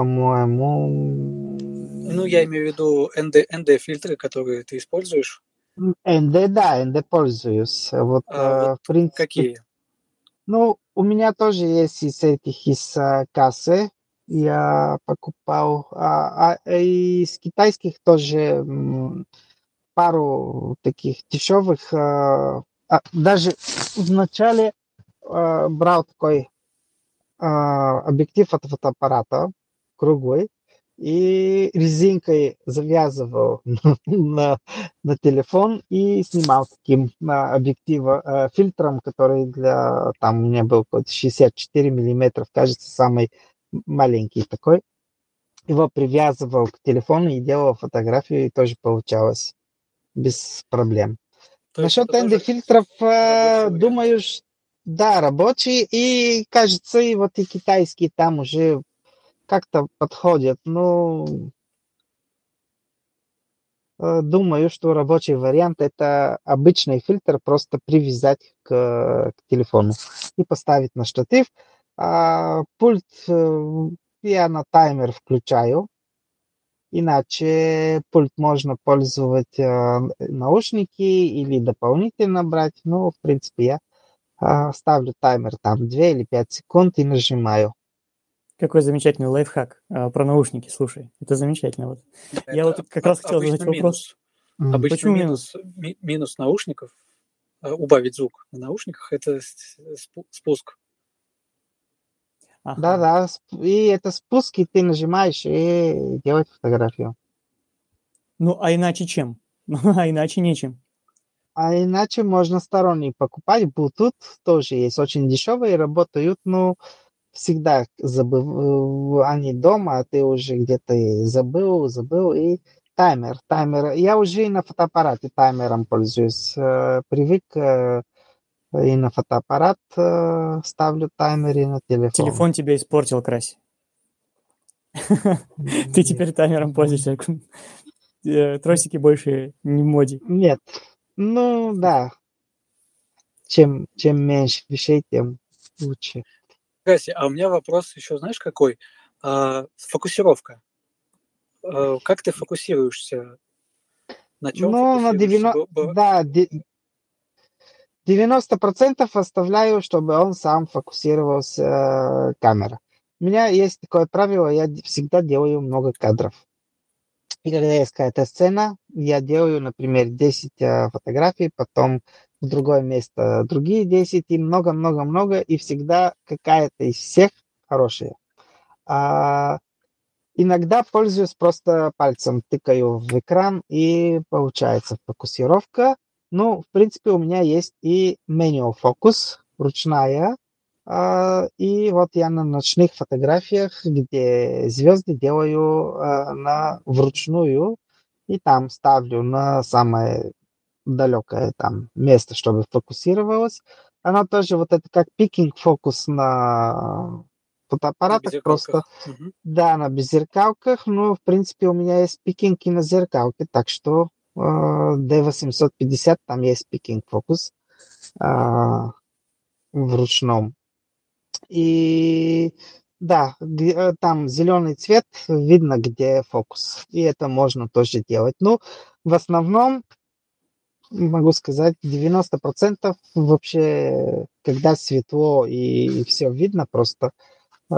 по-моему. Ну, я имею в виду эн ди, эн ди-фильтры, которые ты используешь. М, эн ди, да, эн ди пользуюсь. Вот, А вот э, в принципе, какие? ну, у меня тоже есть из этих, из а, кассы. Я покупал, а, а из китайских тоже м, пару таких дешевых. а, а, даже в начале а, брал такой а, объектив от фотоаппарата круглый и резинкой завязывал на, на телефон и снимал таким а, объектива а, фильтром, который для там у меня был какой-то шестьдесят четыре миллиметра, кажется, самый маленький такой. Его привязывал к телефону и делал фотографию, и тоже получалось без проблем. То есть Насчет это тоже эн ди-фильтров, рабочий э, вариант. думаю, ш- да, рабочие, и, кажется, и вот и китайские там уже как-то подходят. Ну, э, думаю, что рабочий вариант это обычный фильтр просто привязать к, к телефону и поставить на штатив. А пульт э, я на таймер включаю, иначе пульт можно пользовать э, наушники или дополнительно брать. Ну, в принципе, я а, ставлю таймер там две или пять секунд и нажимаю. Какой замечательный лайфхак а, про наушники, слушай. Это замечательно. Вот. Да, Я вот это тут как об- раз хотел задать обычно вопрос. минус. М. Обычно Почему минус? минус, ми- минус наушников, э, убавить звук на наушниках, это с- спу- спуск. Ага. Да-да, сп- и это спуск, и ты нажимаешь и делать фотографию. Ну, а иначе чем? А иначе нечем. А иначе можно сторонний покупать. Bluetooth тоже есть, очень дешевые, работают, но всегда забыв... э, они дома, а ты уже где-то и забыл, забыл, и таймер, таймер. Я уже и на фотоаппарате таймером пользуюсь. Э, Привык э, и на фотоаппарат э, ставлю таймер, и на телефон. Телефон тебя испортил, Краси. Ты теперь таймером пользуешься. Э, Тросики больше не в моде. Нет. Ну, да. Чем, чем меньше вещей, тем лучше. Краси, а у меня вопрос еще, знаешь, какой? А, фокусировка. А, как ты фокусируешься? На чем Ну, на фокусируешься? девяносто, Бо- бо- да, де- девяносто процентов оставляю, чтобы он сам фокусировался, э, камера. У меня есть такое правило, я д- всегда делаю много кадров. И когда есть какая-то сцена, я делаю, например, десять э, фотографий, потом в другое место другие десять, и много-много-много, и всегда какая-то из всех хорошая. А иногда пользуюсь просто пальцем, тыкаю в экран, и получается фокусировка. Ну, в принципе, у меня есть и manual фокус, ручная. А, И вот я на ночных фотографиях, где звезды, делаю а, на вручную, и там ставлю на самое далекое там место, чтобы фокусировалось. Она тоже вот это как пикинг фокус на на фотоаппаратах, просто беззеркалках. Мгм. да, на беззеркалках, но в принципе у меня есть пикинг и на зеркалке, так что э, ди восемьсот пятьдесят там есть пикинг фокус а, в ручном. И да, г- э, там зеленый цвет, видно, где фокус. И это можно тоже делать. Ну, в основном, могу сказать, девяносто процентов вообще, когда светло и, все видно, просто э,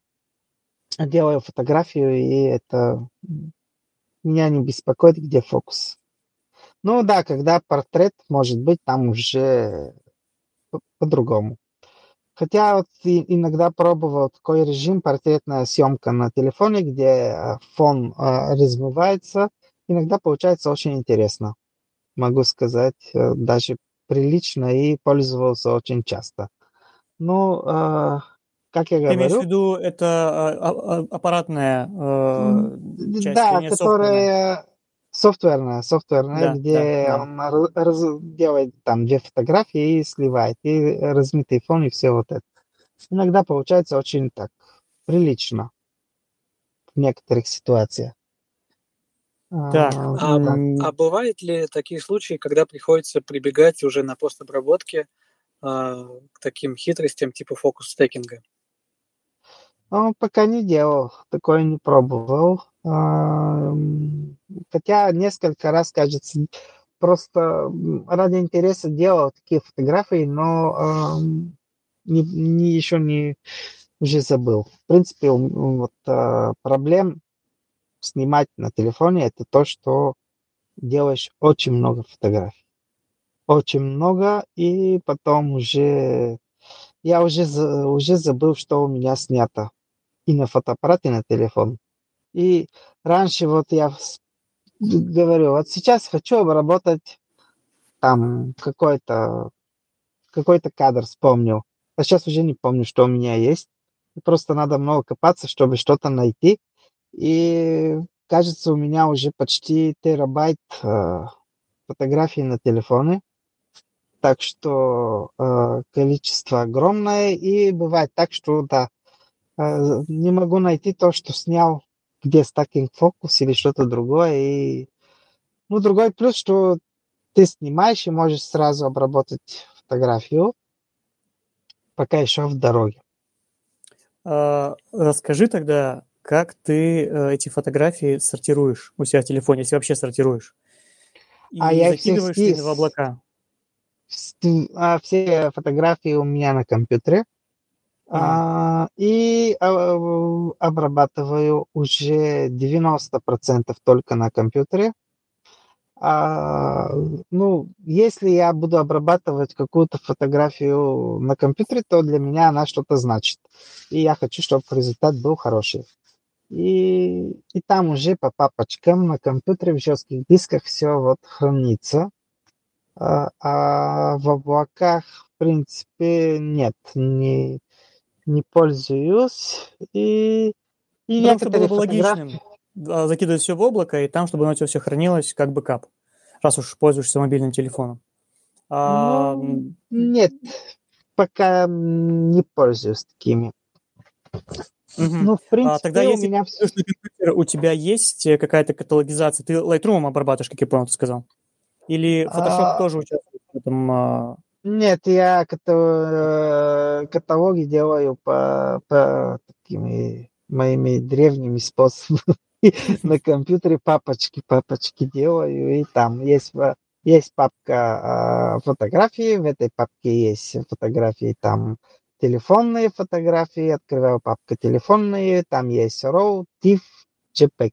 делаю фотографию, и это м, меня не беспокоит, где фокус. Ну да, когда портрет, может быть, там уже по- по-другому. Хотя вот и- иногда пробовал такой режим, портретная съемка на телефоне, где э, фон э, размывается. Иногда получается очень интересно, могу сказать, э, даже прилично, и пользовался очень часто. Ну, э, как я Ты имеешь в говорю, виду, это а, а, а, аппаратная м, э, часть, а да, не софтверная? которая софтверная, софтверная, Да, да, где да. он ра- раз- делает там две фотографии и сливает, и размытый фон, и все вот это. Иногда получается очень так прилично в некоторых ситуациях. Так, А, А, так. а м, бывают ли такие случаи, когда приходится прибегать уже на постобработке а, к таким хитростям типа фокус-стекинга? Ну, пока не делал, такое не пробовал. А, м, Хотя несколько раз, кажется, просто м, ради интереса делал такие фотографии, но ам, не, не- еще не уже забыл. В принципе, у- у вот а, проблем снимать на телефоне это то, что делаешь очень много фотографий. Очень много, и потом уже я уже, за- уже забыл, что у меня снято и на фотоаппарат, и на телефон. И раньше вот я с- говорю, вот сейчас хочу обработать там какой-то какой-то кадр, вспомнил. А сейчас уже не помню, что у меня есть. И просто надо много копаться, чтобы что-то найти. И кажется, у меня уже почти терабайт э, фотографий на телефоне. Так что э, количество огромное. И бывает так, что да, э, не могу найти то, что снял, где стакинг фокус или что-то другое. И, ну, другой плюс, что ты снимаешь и можешь сразу обработать фотографию, пока еще в дороге. а, расскажи тогда, как ты э, эти фотографии сортируешь у себя в телефоне, если вообще сортируешь, А и я их все, закидываешь ли в ски- облака? с- а, все фотографии у меня на компьютере. Мгм. А, и а, обрабатываю уже девяносто процентов только на компьютере. А, ну, если я буду обрабатывать какую-то фотографию на компьютере, то для меня она что-то значит. И я хочу, чтобы результат был хороший. И, и там уже по папочкам на компьютере в жестких дисках все вот хранится. А, а в облаках, в принципе, нет, не, не пользуюсь. И, и Потому что было некоторые бы фотографии... логичным. а, закидывать все в облако, и там, чтобы оно у тебя все хранилось как бэкап, раз уж пользуешься мобильным телефоном. А, Ну, м, нет, пока м, не пользуюсь такими. мгм. Ну, в А, тогда, принципе, у если меня ты используешь вс- компьютер, у тебя есть э, какая-то каталогизация? Ты Lightroom обрабатываешь, как я понял, ты сказал? Или Photoshop а, тоже участвует в этом? а? нет, я ката- каталоги делаю по, по такими моими древними способами. На компьютере папочки, папочки делаю, и там есть, в- есть папка а, фотографии, в этой папке есть фотографии, там телефонные фотографии, открываю папку телефонные, там есть RAW, TIFF, JPEG.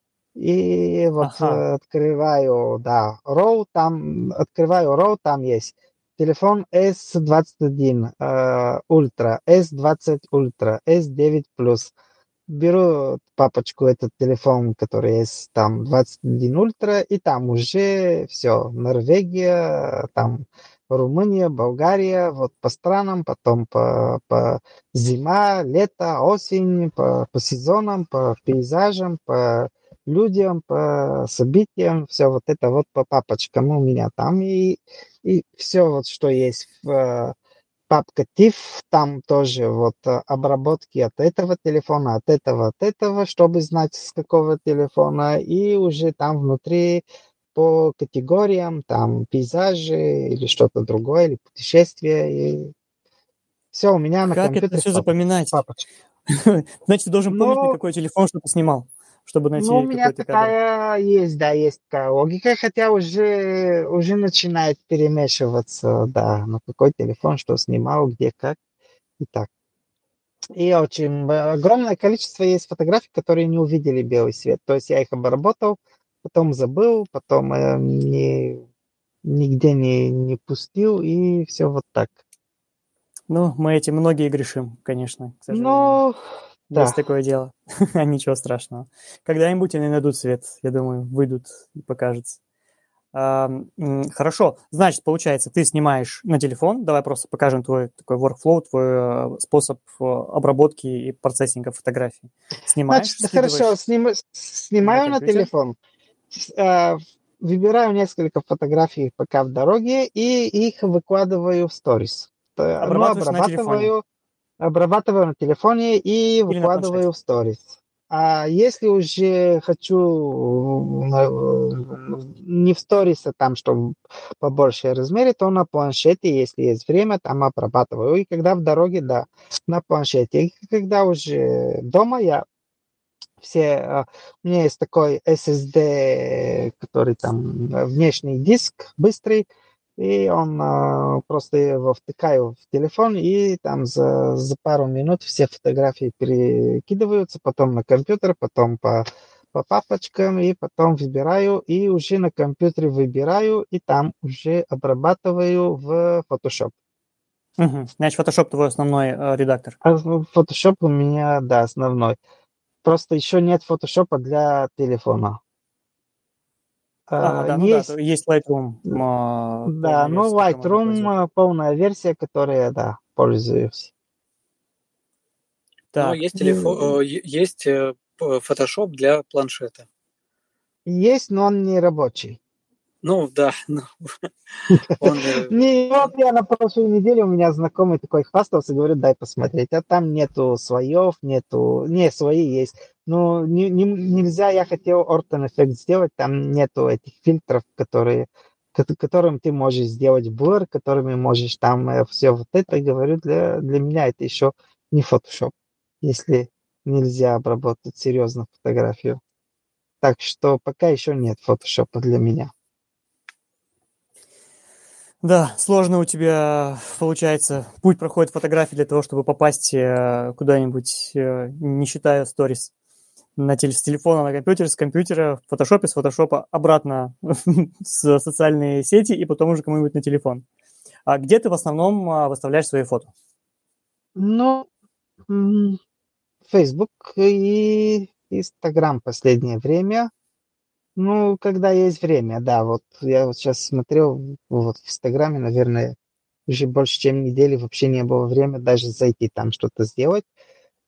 И вот Ага, э, открываю, да, RAW, там, открываю RAW, там есть телефон эс двадцать один э, Ultra, эс двадцать Ultra, эс девять Plus. Беру папочку, этот телефон, который есть там двадцать один Ультра, и там уже все, Норвегия, там Румыния, Болгария, вот по странам, потом по, по зима, лето, осень, по, по сезонам, по пейзажам, по людям, по событиям, все вот это вот по папочкам у меня там, и, и все вот, что есть в папка TIFF, там тоже вот э, обработки от этого телефона, от этого, от этого, чтобы знать, с какого телефона, и уже там внутри по категориям, там пейзажи или что-то другое, или путешествия, и все у меня на как это компьютере все в папочке. запоминать? папочке. Значит, ты должен помнить, на Ну, какой телефон что ты снимал, чтобы ну, у найти меня какой-то кадр. такая есть, да, есть такая логика, хотя уже, уже начинает перемешиваться, да, на какой телефон, что снимал, где, как и так. И очень б- огромное количество есть фотографий, которые не увидели белый свет. То есть я их обработал, потом забыл, потом э, не, нигде не, не пустил, и все вот так. Ну, мы этим многие грешим, конечно, к сожалению. Ну, Есть да. такое дело. Ничего страшного. Когда-нибудь они найдут свет, я думаю, выйдут и покажется. А, м, хорошо. Значит, получается, ты снимаешь на телефон. Давай просто покажем твой такой workflow, твой э, способ э, обработки и процессинга фотографий. Значит, Снимаешь, да, хорошо, скидываешь сним- на снимаю на компьютер. телефон, с- э, выбираю несколько фотографий пока в дороге, и их выкладываю в сторис. Т- Ну, Обрабатываешь на телефоне обрабатываю обрабатываю на телефоне и или на планшете. выкладываю в сторис. А если уже хочу э, не в сторис, а там, чтобы побольше размере, то на планшете, если есть время, там обрабатываю. И когда в дороге, да, на планшете. И когда уже дома, я все, э, у меня есть такой эс эс ди, который там э, внешний диск быстрый, и он э, просто его втыкаю в телефон, и там за, за пару минут все фотографии перекидываются, потом на компьютер, потом по, по папочкам, и потом выбираю, и уже на компьютере выбираю, и там уже обрабатываю в Photoshop. Мгм. Значит, Photoshop твой основной э, редактор. А в- Photoshop у меня, да, основной. Просто еще нет фотошопа для телефона. Ага, А, да, ну да, то Есть, есть Lightroom, а, да, полная ну, версия, которой можно пользоваться. Lightroom, э, полная версия, которой, да, пользуюсь. Но Так, есть И телефон, есть э, п- Photoshop для планшета. Есть, но он не рабочий. Ну да, ну, он э, Не, вот я на прошлой неделе, у меня знакомый такой хвастался, говорит, дай посмотреть, а там нету слоев, нету, не, свои есть. Ну, не, не- нельзя, я хотел Orton эффект сделать, там нету этих фильтров, которые, ко- которым ты можешь сделать blur, которыми можешь там все вот это, говорю, для, для меня это еще не Photoshop, если нельзя обработать серьезно фотографию. Так что пока еще нет Photoshop для меня. да, сложно у тебя получается. Путь проходит фотографии для того, чтобы попасть э, куда-нибудь, э, не считая сторис. На теле, с телефона на компьютер, с компьютера в фотошопе, с фотошопа обратно в социальные сети и потом уже кому-нибудь на телефон. А где ты в основном а, выставляешь свои фото? Ну, м, Facebook и Instagram последнее время. Ну, когда есть время, да. Вот я вот сейчас смотрел, вот в Инстаграме, наверное, уже больше, чем недели вообще не было времени даже зайти там что-то сделать.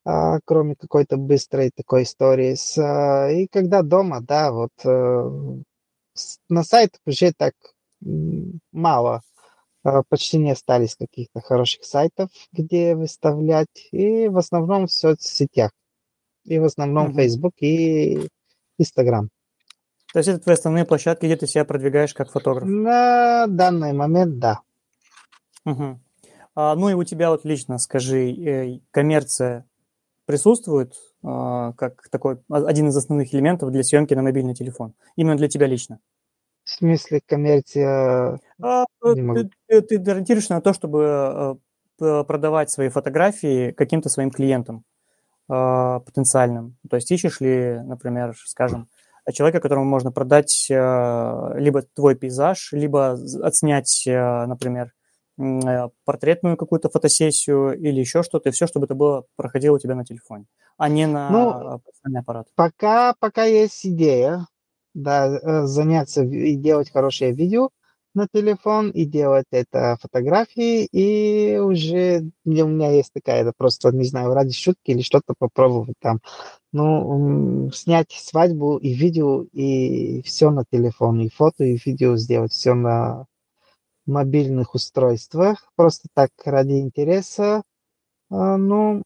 а, кроме какой-то быстрой такой истории. С, а, и когда дома, да, вот э, с- на сайтах уже так м, мало, а, почти не остались каких-то хороших сайтов, где выставлять, и в основном в соцсетях, и в основном Мгм. Facebook и Instagram. То есть это твои основные площадки, где ты себя продвигаешь как фотограф? На данный момент, да. Мгм. А, ну и у тебя вот лично, скажи, э, коммерция присутствует а, как такой а- один из основных элементов для съемки на мобильный телефон? Именно для тебя лично? В смысле коммерция, А, э, не могу. ты, ты, ты ориентируешься на то, чтобы э, п- продавать свои фотографии каким-то своим клиентам а, потенциальным. То есть ищешь ли, например, скажем, человека, которому можно продать а, либо твой пейзаж, либо з- отснять, а, например, м, э, портретную какую-то фотосессию или еще что-то, и все, чтобы это было проходило у тебя на телефоне, а не Ну, на профессиональный аппарат. пока, пока есть идея, да, э, заняться ви- и делать хорошее видео на телефон, и делать это фотографии, и уже не- у меня есть такая, да, просто, не знаю, ради шутки или что-то попробовать там. Ну, м, снять свадьбу и видео, и все на телефон, и фото, и видео сделать, все на мобильных устройствах, просто так ради интереса. А, Ну,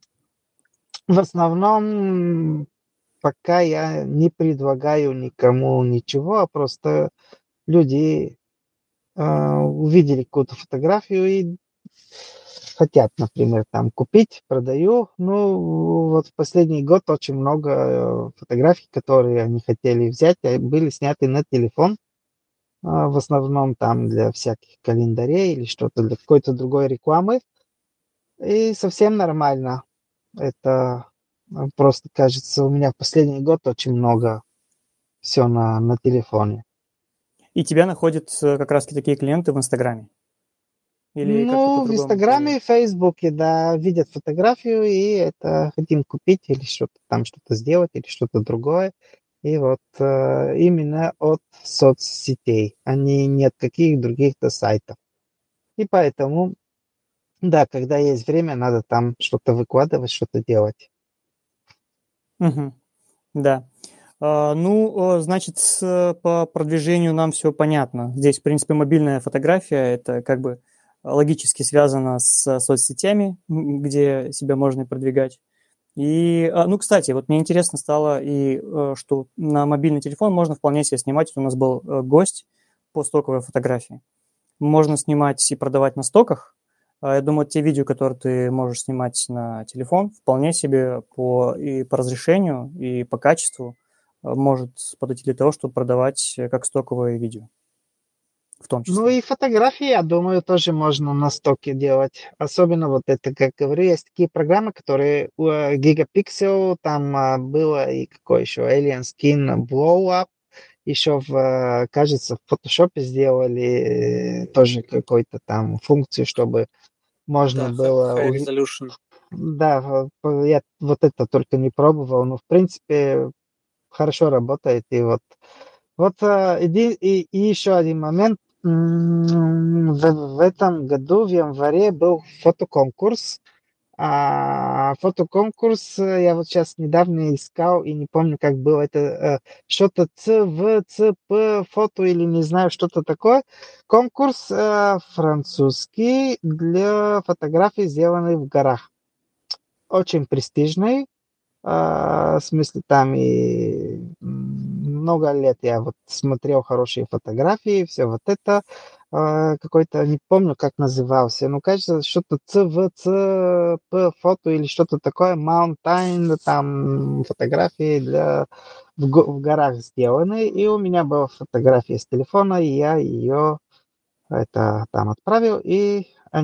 в основном пока я не предлагаю никому ничего, а просто люди а, увидели какую-то фотографию и хотят, например, там купить, продаю. Ну, вот в последний год очень много э, фотографий, которые они хотели взять, а были сняты на телефон. А, в основном там для всяких календарей или что-то, для какой-то другой рекламы. И совсем нормально. Это а, просто кажется, у меня в последний год очень много все на, на телефоне. И тебя находят э, как раз такие клиенты в Инстаграме или как-то Ну, в по-другому ты... Инстаграме и Фейсбуке, да, видят фотографию, и это хотим купить или что-то там, что-то сделать, или что-то другое. И вот э, именно от соцсетей, а не, не от каких других-то сайтов. И поэтому, да, когда есть время, надо там что-то выкладывать, что-то делать. Мгм. Да. А, ну, э, значит, с, по продвижению нам все понятно. Здесь, в принципе, мобильная фотография, это как бы логически связано с соцсетями, м, где себя можно и продвигать. И, а, ну, кстати, вот мне интересно стало и, э, что на мобильный телефон можно вполне себе снимать. Вот у нас был э, гость по стоковой фотографии. Можно снимать и продавать на стоках. А, Я думаю, те видео, которые ты можешь снимать на телефон, вполне себе по, и по разрешению, и по качеству э, может подойти для того, чтобы продавать э, как стоковое видео в том Ну числе. и фотографии, я думаю, тоже можно на стоке делать. Особенно вот это, как говорю, есть такие программы, которые у э, Gigapixel, там а, было и какой еще, Alien Skin Blow Up, еще в, э, кажется, в фотошопе сделали э, тоже какой-то там функцию, чтобы можно Да, х- было high уви- resolution. Да, в- п- я вот это только не пробовал, но в принципе хорошо работает. И вот, вот а, иди- и, и еще один момент. М, В, в этом году, в январе, был фотоконкурс. А фотоконкурс, э, я вот сейчас недавно искал и не помню, как было это, э, что-то Ц В Ц П фото или не знаю, что-то такое. Конкурс э, французский для фотографий, сделанных в горах. Очень престижный. А, в смысле, там и много лет я вот смотрел хорошие фотографии, все вот это. А, какой-то, не помню, как назывался, но, кажется, что-то Ц В Ц П фото или что-то такое, Mountain, там фотографии для в, го- в горах сделаны, и у меня была фотография с телефона, и я ее это там отправил, и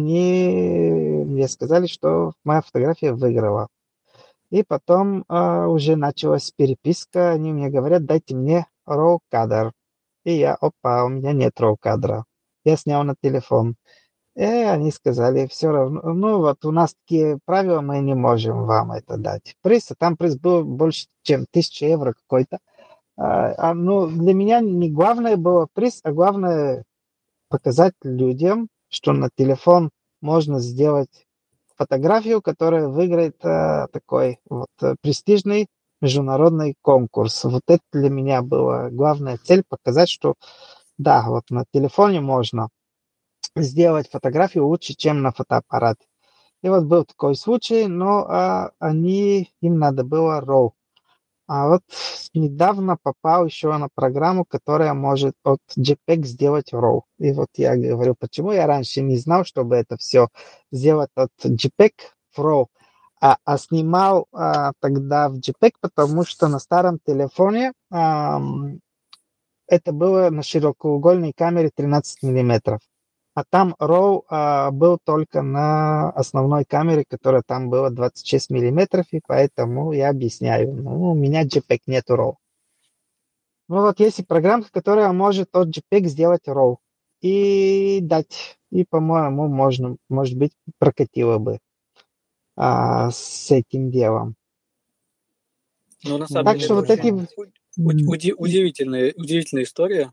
они мне сказали, что моя фотография выиграла. И потом а, уже началась переписка. Они мне говорят, дайте мне RAW кадр. И я, опа, у меня нет RAW кадра. Я снял на телефон. И они сказали, все равно, ну вот у нас такие правила, мы не можем вам это дать. Приз, а там приз был больше, чем тысяча евро какой-то. А, а, ну, для меня не главное было приз, а главное показать людям, что на телефон можно сделать фотографию, которая выиграет э, такой вот э, престижный международный конкурс. Вот это для меня была главная цель, показать, что да, вот на телефоне можно сделать фотографию лучше, чем на фотоаппарате. И вот был такой случай, но а, они, им надо было RAW. А вот недавно попал еще на программу, которая может от JPEG сделать RAW. И вот я говорю, почему я раньше не знал, чтобы это все сделать от JPEG в RAW, а, а снимал а, тогда в JPEG, потому что на старом телефоне а, это было на широкоугольной камере тринадцать миллиметров. А там RAW а, был только на основной камере, которая там была двадцать шесть миллиметров, и поэтому я объясняю. Ну, у меня JPEG, нету RAW. Ну вот есть и программа, которая может от JPEG сделать RAW и дать. И, по-моему, можно, может быть, прокатило бы а, с этим делом. Ну, на самом Так деле, что вот эти... уди- удивительная, удивительная история.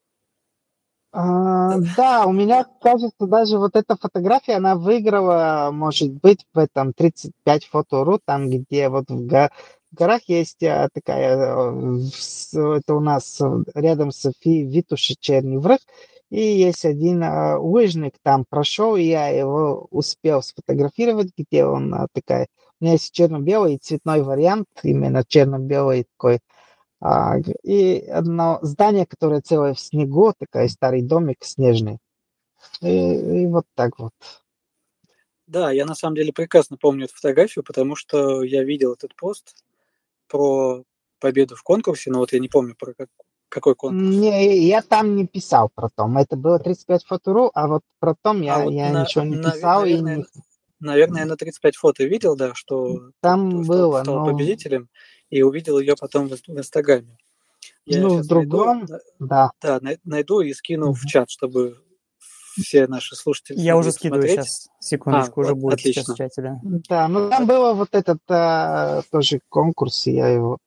А, да, у меня, кажется, даже вот эта фотография, она выиграла, может быть, в этом тридцать пять фото.ру, там, где вот в, го- в горах есть а, такая, а, с- это у нас а, рядом с Фи- Витуши Черный Враг, и есть один а, лыжник там прошел, и я его успел сфотографировать, где он а, такая, у меня есть черно-белый и цветной вариант, именно черно-белый такой. А, и одно здание, которое целое в снегу, такой старый домик снежный. И, и вот так вот. Да, я на самом деле прекрасно помню эту фотографию, потому что я видел этот пост про победу в конкурсе, но вот я не помню, про как, какой конкурс. Не, я там не писал про том. Это было тридцать пять фото.ру, а вот про том я, А вот я на, ничего не на- писал. наверное, И не... наверное, я на тридцать пять фото видел, да, что ты Там стал, было, стал но победителем, и увидел ее потом в, в Инстаграме. Я ну, в сейчас найду, другом, да. да, най- найду и скину в Мгм. чат, чтобы все наши слушатели Я смогли уже скидываю посмотреть. сейчас, А, секундочку, уже от- будет сейчас в отлично. чате, да. Да, ну там От- было вот этот а, тоже конкурс, и я его...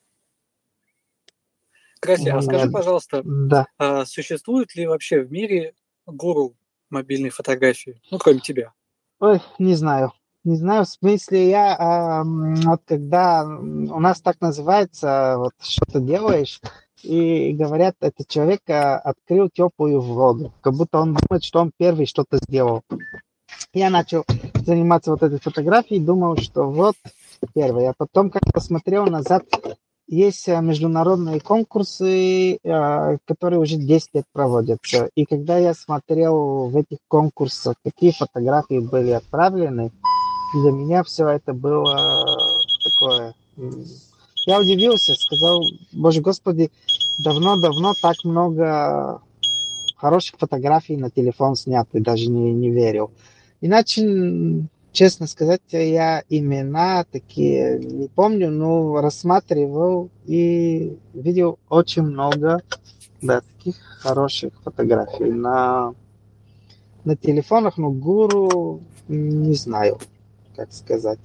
Краси, у а скажи, меня- пожалуйста, Да. а существует ли вообще в мире гуру мобильной фотографии? Ну, кроме тебя. Ой, не знаю. Не знаю, в смысле, я а, м, вот когда м, у нас так называется, вот что ты делаешь, и говорят, этот человек а, открыл теплую воду, как будто он думает, что он первый что-то сделал. Я начал заниматься вот этой фотографией, думал, что вот первый, а потом как посмотрел назад, есть а, международные конкурсы, а, которые уже десять лет проводятся. И когда я смотрел в этих конкурсах, какие фотографии были отправлены, для меня все это было такое... м, Я удивился, сказал, боже господи, давно-давно так много хороших фотографий на телефон снято, даже не, не верил. Иначе, м, честно сказать, я имена такие не помню, но рассматривал и видел очень много, да, таких хороших фотографий на, на телефонах, но гуру м, не знаю, как сказать.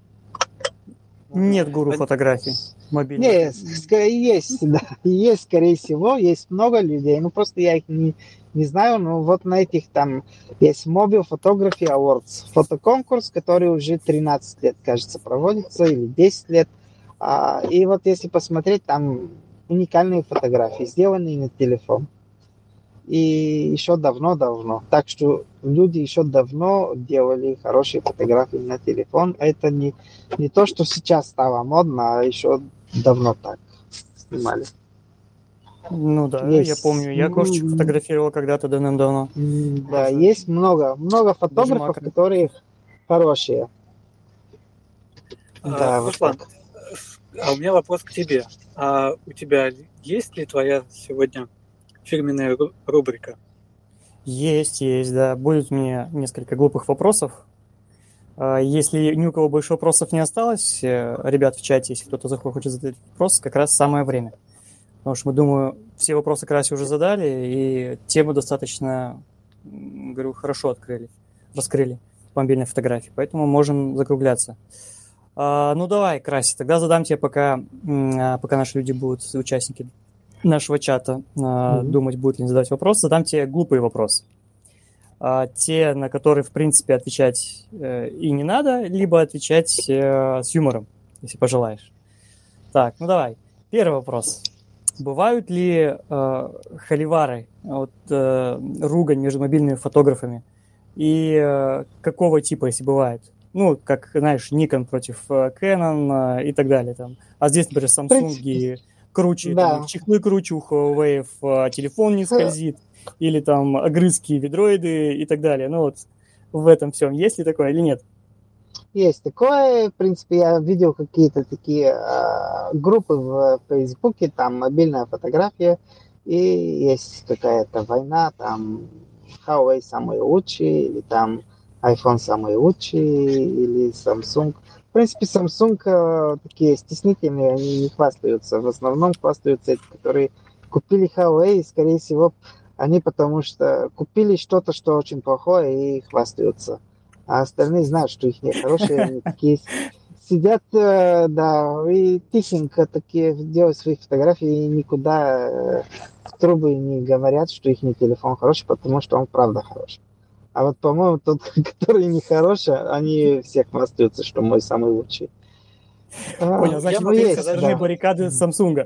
Нет гуру Пон- фотографий мобильных. Не, с- скорее есть, да, есть, скорее всего, есть много людей, ну просто я их не, не знаю, но вот на этих там есть Mobile Photography Awards, фотоконкурс, который уже тринадцать лет, кажется, проводится, или десять лет, а, и вот если посмотреть, там уникальные фотографии, сделанные на телефон, и еще давно-давно, так что люди еще давно делали хорошие фотографии на телефон, это не, не то, что сейчас стало модно, а еще давно так снимали. Ну да, я Есть, помню, я кошечку м, фотографировал когда-то давным-давно. м, да, Даже, есть много, много даже фотографов, макро. которые хорошие. А, Да, вот Руслан, так. а у меня вопрос к тебе. А у тебя есть ли твоя сегодня фирменная ру- рубрика? Есть, есть, да. Будет у меня несколько глупых вопросов. А, Если ни у кого больше вопросов не осталось, э, ребят в чате, если кто-то захочет задать вопрос, как раз самое время. Потому что мы, думаю, все вопросы как раз уже задали, и тему достаточно, м, говорю, хорошо открыли, раскрыли по мобильной фотографии, поэтому можем закругляться. А, ну давай, Краси, тогда задам тебе, пока, м, а, пока наши люди будут, участники нашего чата, а, Мгм. думать, будут ли они задавать вопрос, задам тебе глупый вопрос. а, те, на которые, в принципе, отвечать э, и не надо, либо отвечать э, с юмором, если пожелаешь. Так, ну давай. Первый вопрос. Бывают ли э, холивары, вот, э, ругань между мобильными фотографами? И э, какого типа, если бывает? Ну, как, знаешь, Nikon против э, Canon э, и так далее. Там. А здесь, например, В Samsung принципе, круче, там, их да. чехлы круче, у Huawei э, телефон не скользит, или там огрызки ведроиды и так далее. Ну вот в этом всем есть ли такое или нет? Есть такое. В принципе, я видел какие-то такие э, группы в Фейсбуке, там мобильная фотография, и есть какая-то война, там Huawei самый лучший, или там iPhone самый лучший, или Samsung. В принципе, Samsung э, такие стеснительные, они не хвастаются. В основном хвастаются эти, которые купили Huawei, и, скорее всего, они потому что купили что-то, что очень плохое, и хвастаются. А остальные знают, что их не хорошие, они такие сидят, э, да, и тихенько такие делают свои фотографии, и никуда э, в трубы не говорят, что их не телефон хороший, потому что он правда хороший. А вот, по-моему, тот, который не хороший, они все хвастаются, что мой самый лучший. А, Понял, значит, ну, ты со есть, стороны да. баррикады Samsung.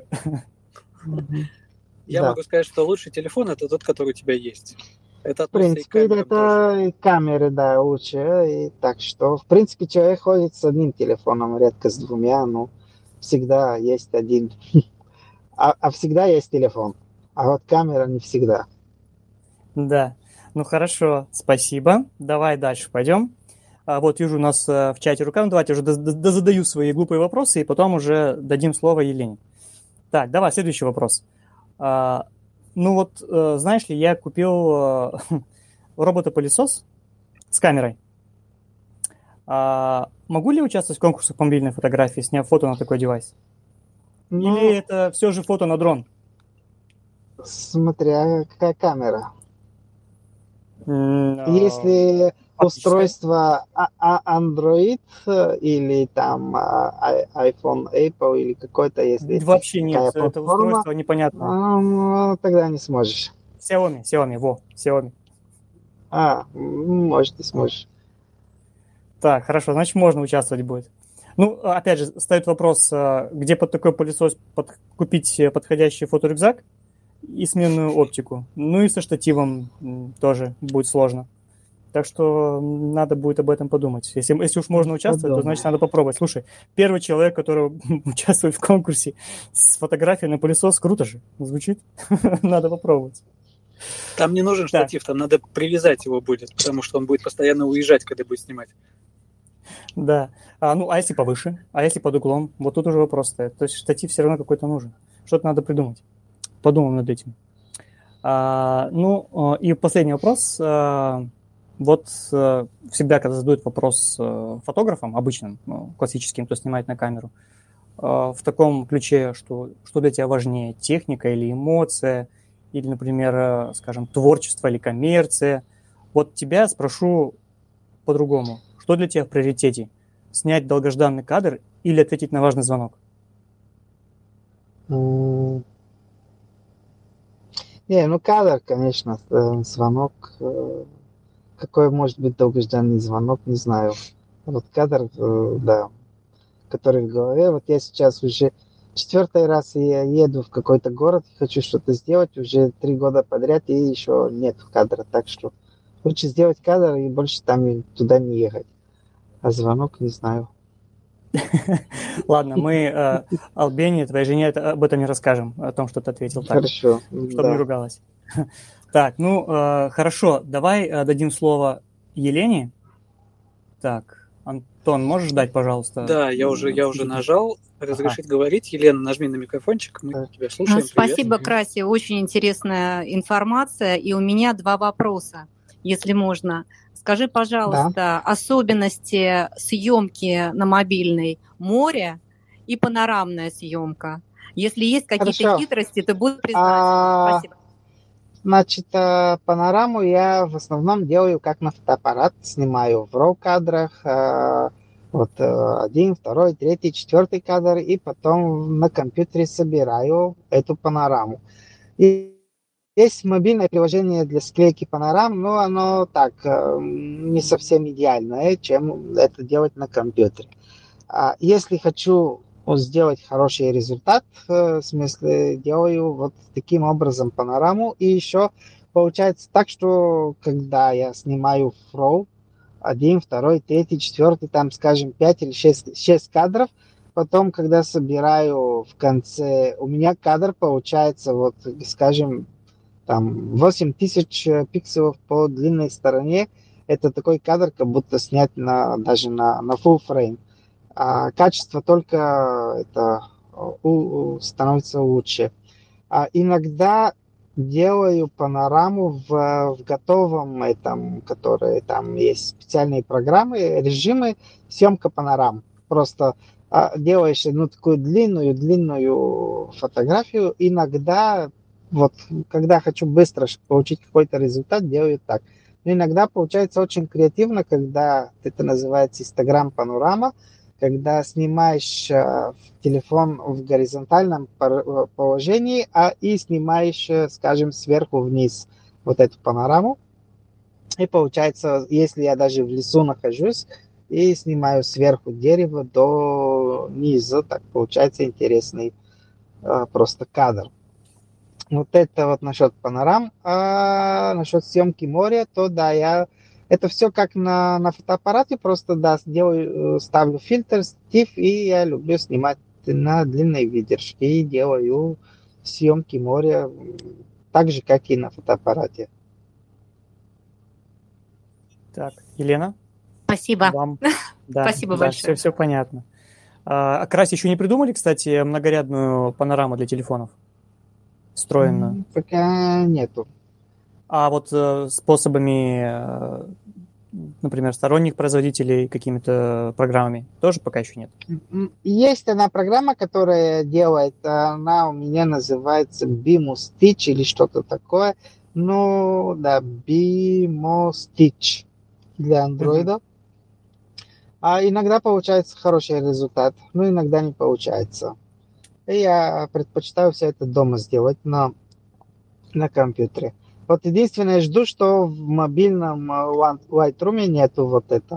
Мгм. Я Да. могу сказать, что лучший телефон это тот, который у тебя есть. Это В относится и к принципе, камерам тоже. это и камеры, да, лучше. И так что, в принципе, человек ходит с одним телефоном, редко с двумя, но всегда есть один. А, а всегда есть телефон. А вот камера не всегда. Да. Ну хорошо, спасибо. Давай дальше пойдем. А, вот вижу у нас э, в чате рука. Ну, давайте уже доз- доз- дозадаю свои глупые вопросы, и потом уже дадим слово Елене. Так, давай, следующий вопрос. А, ну вот, э, знаешь ли, я купил э, робота-пылесос с камерой. А, могу ли участвовать в конкурсах по мобильной фотографии, сняв фото на такой девайс? Или Ну, это все же фото на дрон? смотря какая камера. М, а, Если оптическая. устройство а- а- Android э, или там а, ай- iPhone, Apple или какой-то, если Вообще нет, такая это платформа, устройство непонятное. а, ну, тогда не сможешь. Xiaomi, Xiaomi, во, Xiaomi. А, м, может, и сможешь. Так, хорошо, значит, можно участвовать будет. Ну, опять же, стоит вопрос, а, где под такой пылесос под- купить э, подходящий фоторюкзак и сменную оптику. Ну и со штативом м, тоже будет сложно. Так что м, надо будет об этом подумать. Если, если уж можно участвовать, то Подумай. значит надо попробовать. Слушай, первый человек, который участвует в конкурсе с фотографией на пылесос, круто же звучит. Надо попробовать. Там не нужен Так, штатив, там надо привязать его будет, потому что он будет постоянно уезжать, когда будет снимать. да. А, ну, а если повыше? А если под углом? Вот тут уже вопрос стоит. То есть штатив все равно какой-то нужен. Что-то надо придумать. Подумаем над этим. А, ну, а, и последний вопрос. А, вот а, всегда, когда задают вопрос а, фотографам, обычным, ну, классическим, кто снимает на камеру, а, в таком ключе, что, что для тебя важнее, техника или эмоция, или, например, а, скажем, творчество или коммерция. Вот тебя спрошу по-другому. Что для тебя в приоритете? Снять долгожданный кадр или ответить на важный звонок? М, Не, ну кадр, конечно, э, звонок. э, Какой может быть долгожданный звонок, не знаю. Вот кадр, э, да, который в голове. Вот я сейчас уже четвертый раз я еду в какой-то город, хочу что-то сделать уже три года подряд, и еще нет кадра. Так что лучше сделать кадр и больше там и туда не ехать. А звонок не знаю. Ладно, мы э, Албене, твоей жене, это- об этом не расскажем, о том, что ты ответил так, Хорошо, чтобы не да. ругалась. Так, ну, э, хорошо, давай э, дадим слово Елене. Так, Антон, можешь дать, пожалуйста? Да, я уже, я уже нажал. Разрешить говорить. Елена, нажми на микрофончик, мы Так. тебя слушаем. Привет. Спасибо, Краси, очень интересная информация. И у меня два вопроса, если можно. Скажи, пожалуйста, особенности съемки на мобильной: море и панорамная съемка. Если есть какие-то Хорошо. хитрости, ты будешь А, признательна. Спасибо. Значит, э, панораму я в основном делаю как на фотоаппарат, снимаю в RAW кадрах, э, вот э, один, второй, третий, четвертый кадр, и потом на компьютере собираю эту панораму. И есть мобильное приложение для склейки панорам, но оно так, не совсем идеальное, чем это делать на компьютере. Если хочу сделать хороший результат, в смысле делаю вот таким образом панораму, и еще получается так, что когда я снимаю фроу, один, второй, третий, четвертый, там, скажем, пять или шесть, шесть кадров, потом, когда собираю в конце, у меня кадр получается, вот, скажем, там восемь тысяч пикселов по длинной стороне. Это такой кадр, как будто снять на, даже на, на full frame. А качество только это у, у, становится лучше. А иногда делаю панораму в, в готовом этом, которые там есть специальные программы, режимы, съемка панорам. Просто а, делаешь ну, такую длинную-длинную фотографию. Иногда, вот, когда хочу быстро получить какой-то результат, делаю так. Но иногда получается очень креативно, когда это называется Instagram-панорама, когда снимаешь э, телефон в горизонтальном положении, а и снимаешь, скажем, сверху вниз вот эту панораму. И получается, если я даже в лесу нахожусь и снимаю сверху дерево до низа, так получается интересный э, просто кадр. Вот это вот насчет панорам. А насчет съемки моря, то да, я... Это все как на, на фотоаппарате, просто да, делаю, ставлю фильтр, стив, и я люблю снимать на длинной выдержке и делаю съемки моря так же, как и на фотоаппарате. Так, Елена? Спасибо. Вам. Да, Спасибо да, большое. Все, все понятно. А Краси еще не придумали, кстати, многорядную панораму для телефонов? Встроенную? Пока нету. А вот э, способами, э, например, сторонних производителей, какими-то программами, тоже пока еще нет? Есть одна программа, которая делает, она у меня называется BimoStitch или что-то такое. Ну, да, BimoStitch для андроида. Uh-huh. А иногда получается хороший результат, но иногда не получается. И я предпочитаю все это дома сделать на, на компьютере. Вот единственное, жду, что в мобильном Lightroom нету вот это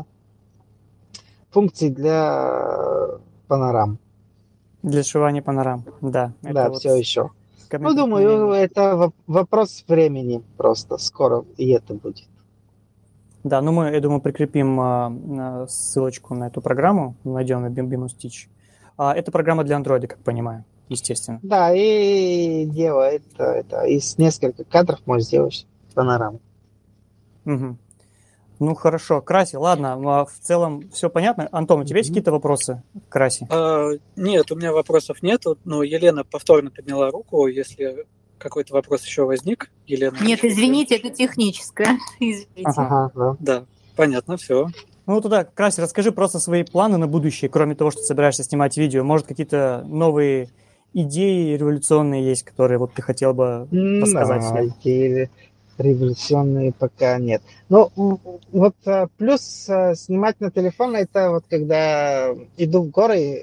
функции для панорам. Для сшивания панорам, да. Да, вот все еще. Ну, думаю, это вопрос времени просто. Скоро и это будет. Да, ну мы, я думаю, прикрепим а, ссылочку на эту программу, найдем на BimoStitch. А, это программа для Android, как понимаю. Естественно. Да, и делает это, это из нескольких кадров можешь сделать панораму. Угу. Ну, хорошо. Краси, ладно, ну, а в целом все понятно. Антон, у тебя mm-hmm. есть какие-то вопросы к Краси? А, нет, у меня вопросов нет. Но Елена повторно подняла руку. Если какой-то вопрос еще возник, Елена... Нет, извините, это техническое. Извините. Ага, да. да, понятно, все. Ну, тогда, Краси, расскажи просто свои планы на будущее, кроме того, что ты собираешься снимать видео. Может, какие-то новые идеи революционные есть, которые вот ты хотел бы рассказать no, всем? Идеи революционные пока нет. Ну, вот плюс снимать на телефон, это вот когда иду в горы,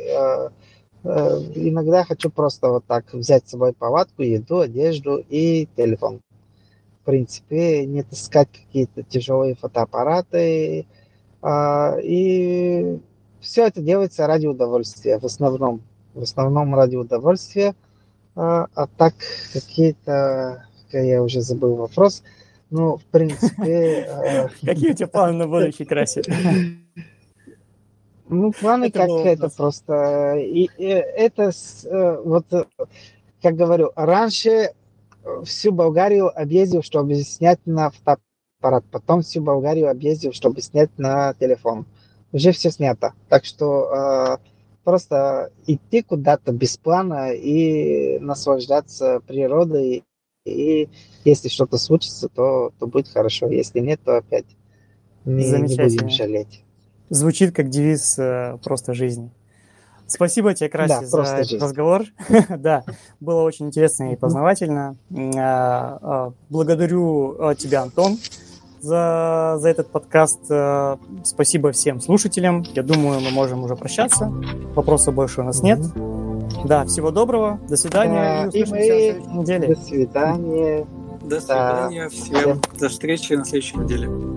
иногда хочу просто вот так взять с собой палатку, еду, одежду и телефон. В принципе, не таскать какие-то тяжелые фотоаппараты. И все это делается ради удовольствия, в основном. В основном ради удовольствия. А, а так какие-то... Я уже забыл вопрос. Ну, в принципе... Какие у тебя планы на будущее, Краси? Ну, планы как это просто... Это вот, как говорю, раньше всю Болгарию объездил, чтобы снять на фотоаппарат. Потом всю Болгарию объездил, чтобы снять на телефон. Уже все снято. Так что... Просто идти куда-то без плана и наслаждаться природой. И если что-то случится, то, то будет хорошо. Если нет, то опять не, не будем жалеть. Звучит как девиз э, просто жизни. Спасибо тебе, Краси, да, за этот жизнь. разговор. Да, было очень интересно и познавательно. Благодарю тебя, Антон, за, за этот подкаст. Спасибо всем слушателям. Я думаю, мы можем уже прощаться. Вопросов больше у нас нет. Да, всего доброго. До свидания. Да, и услышимся и мы... в следующей неделе. До свидания. До свидания. Всем, всем до встречи на следующей неделе.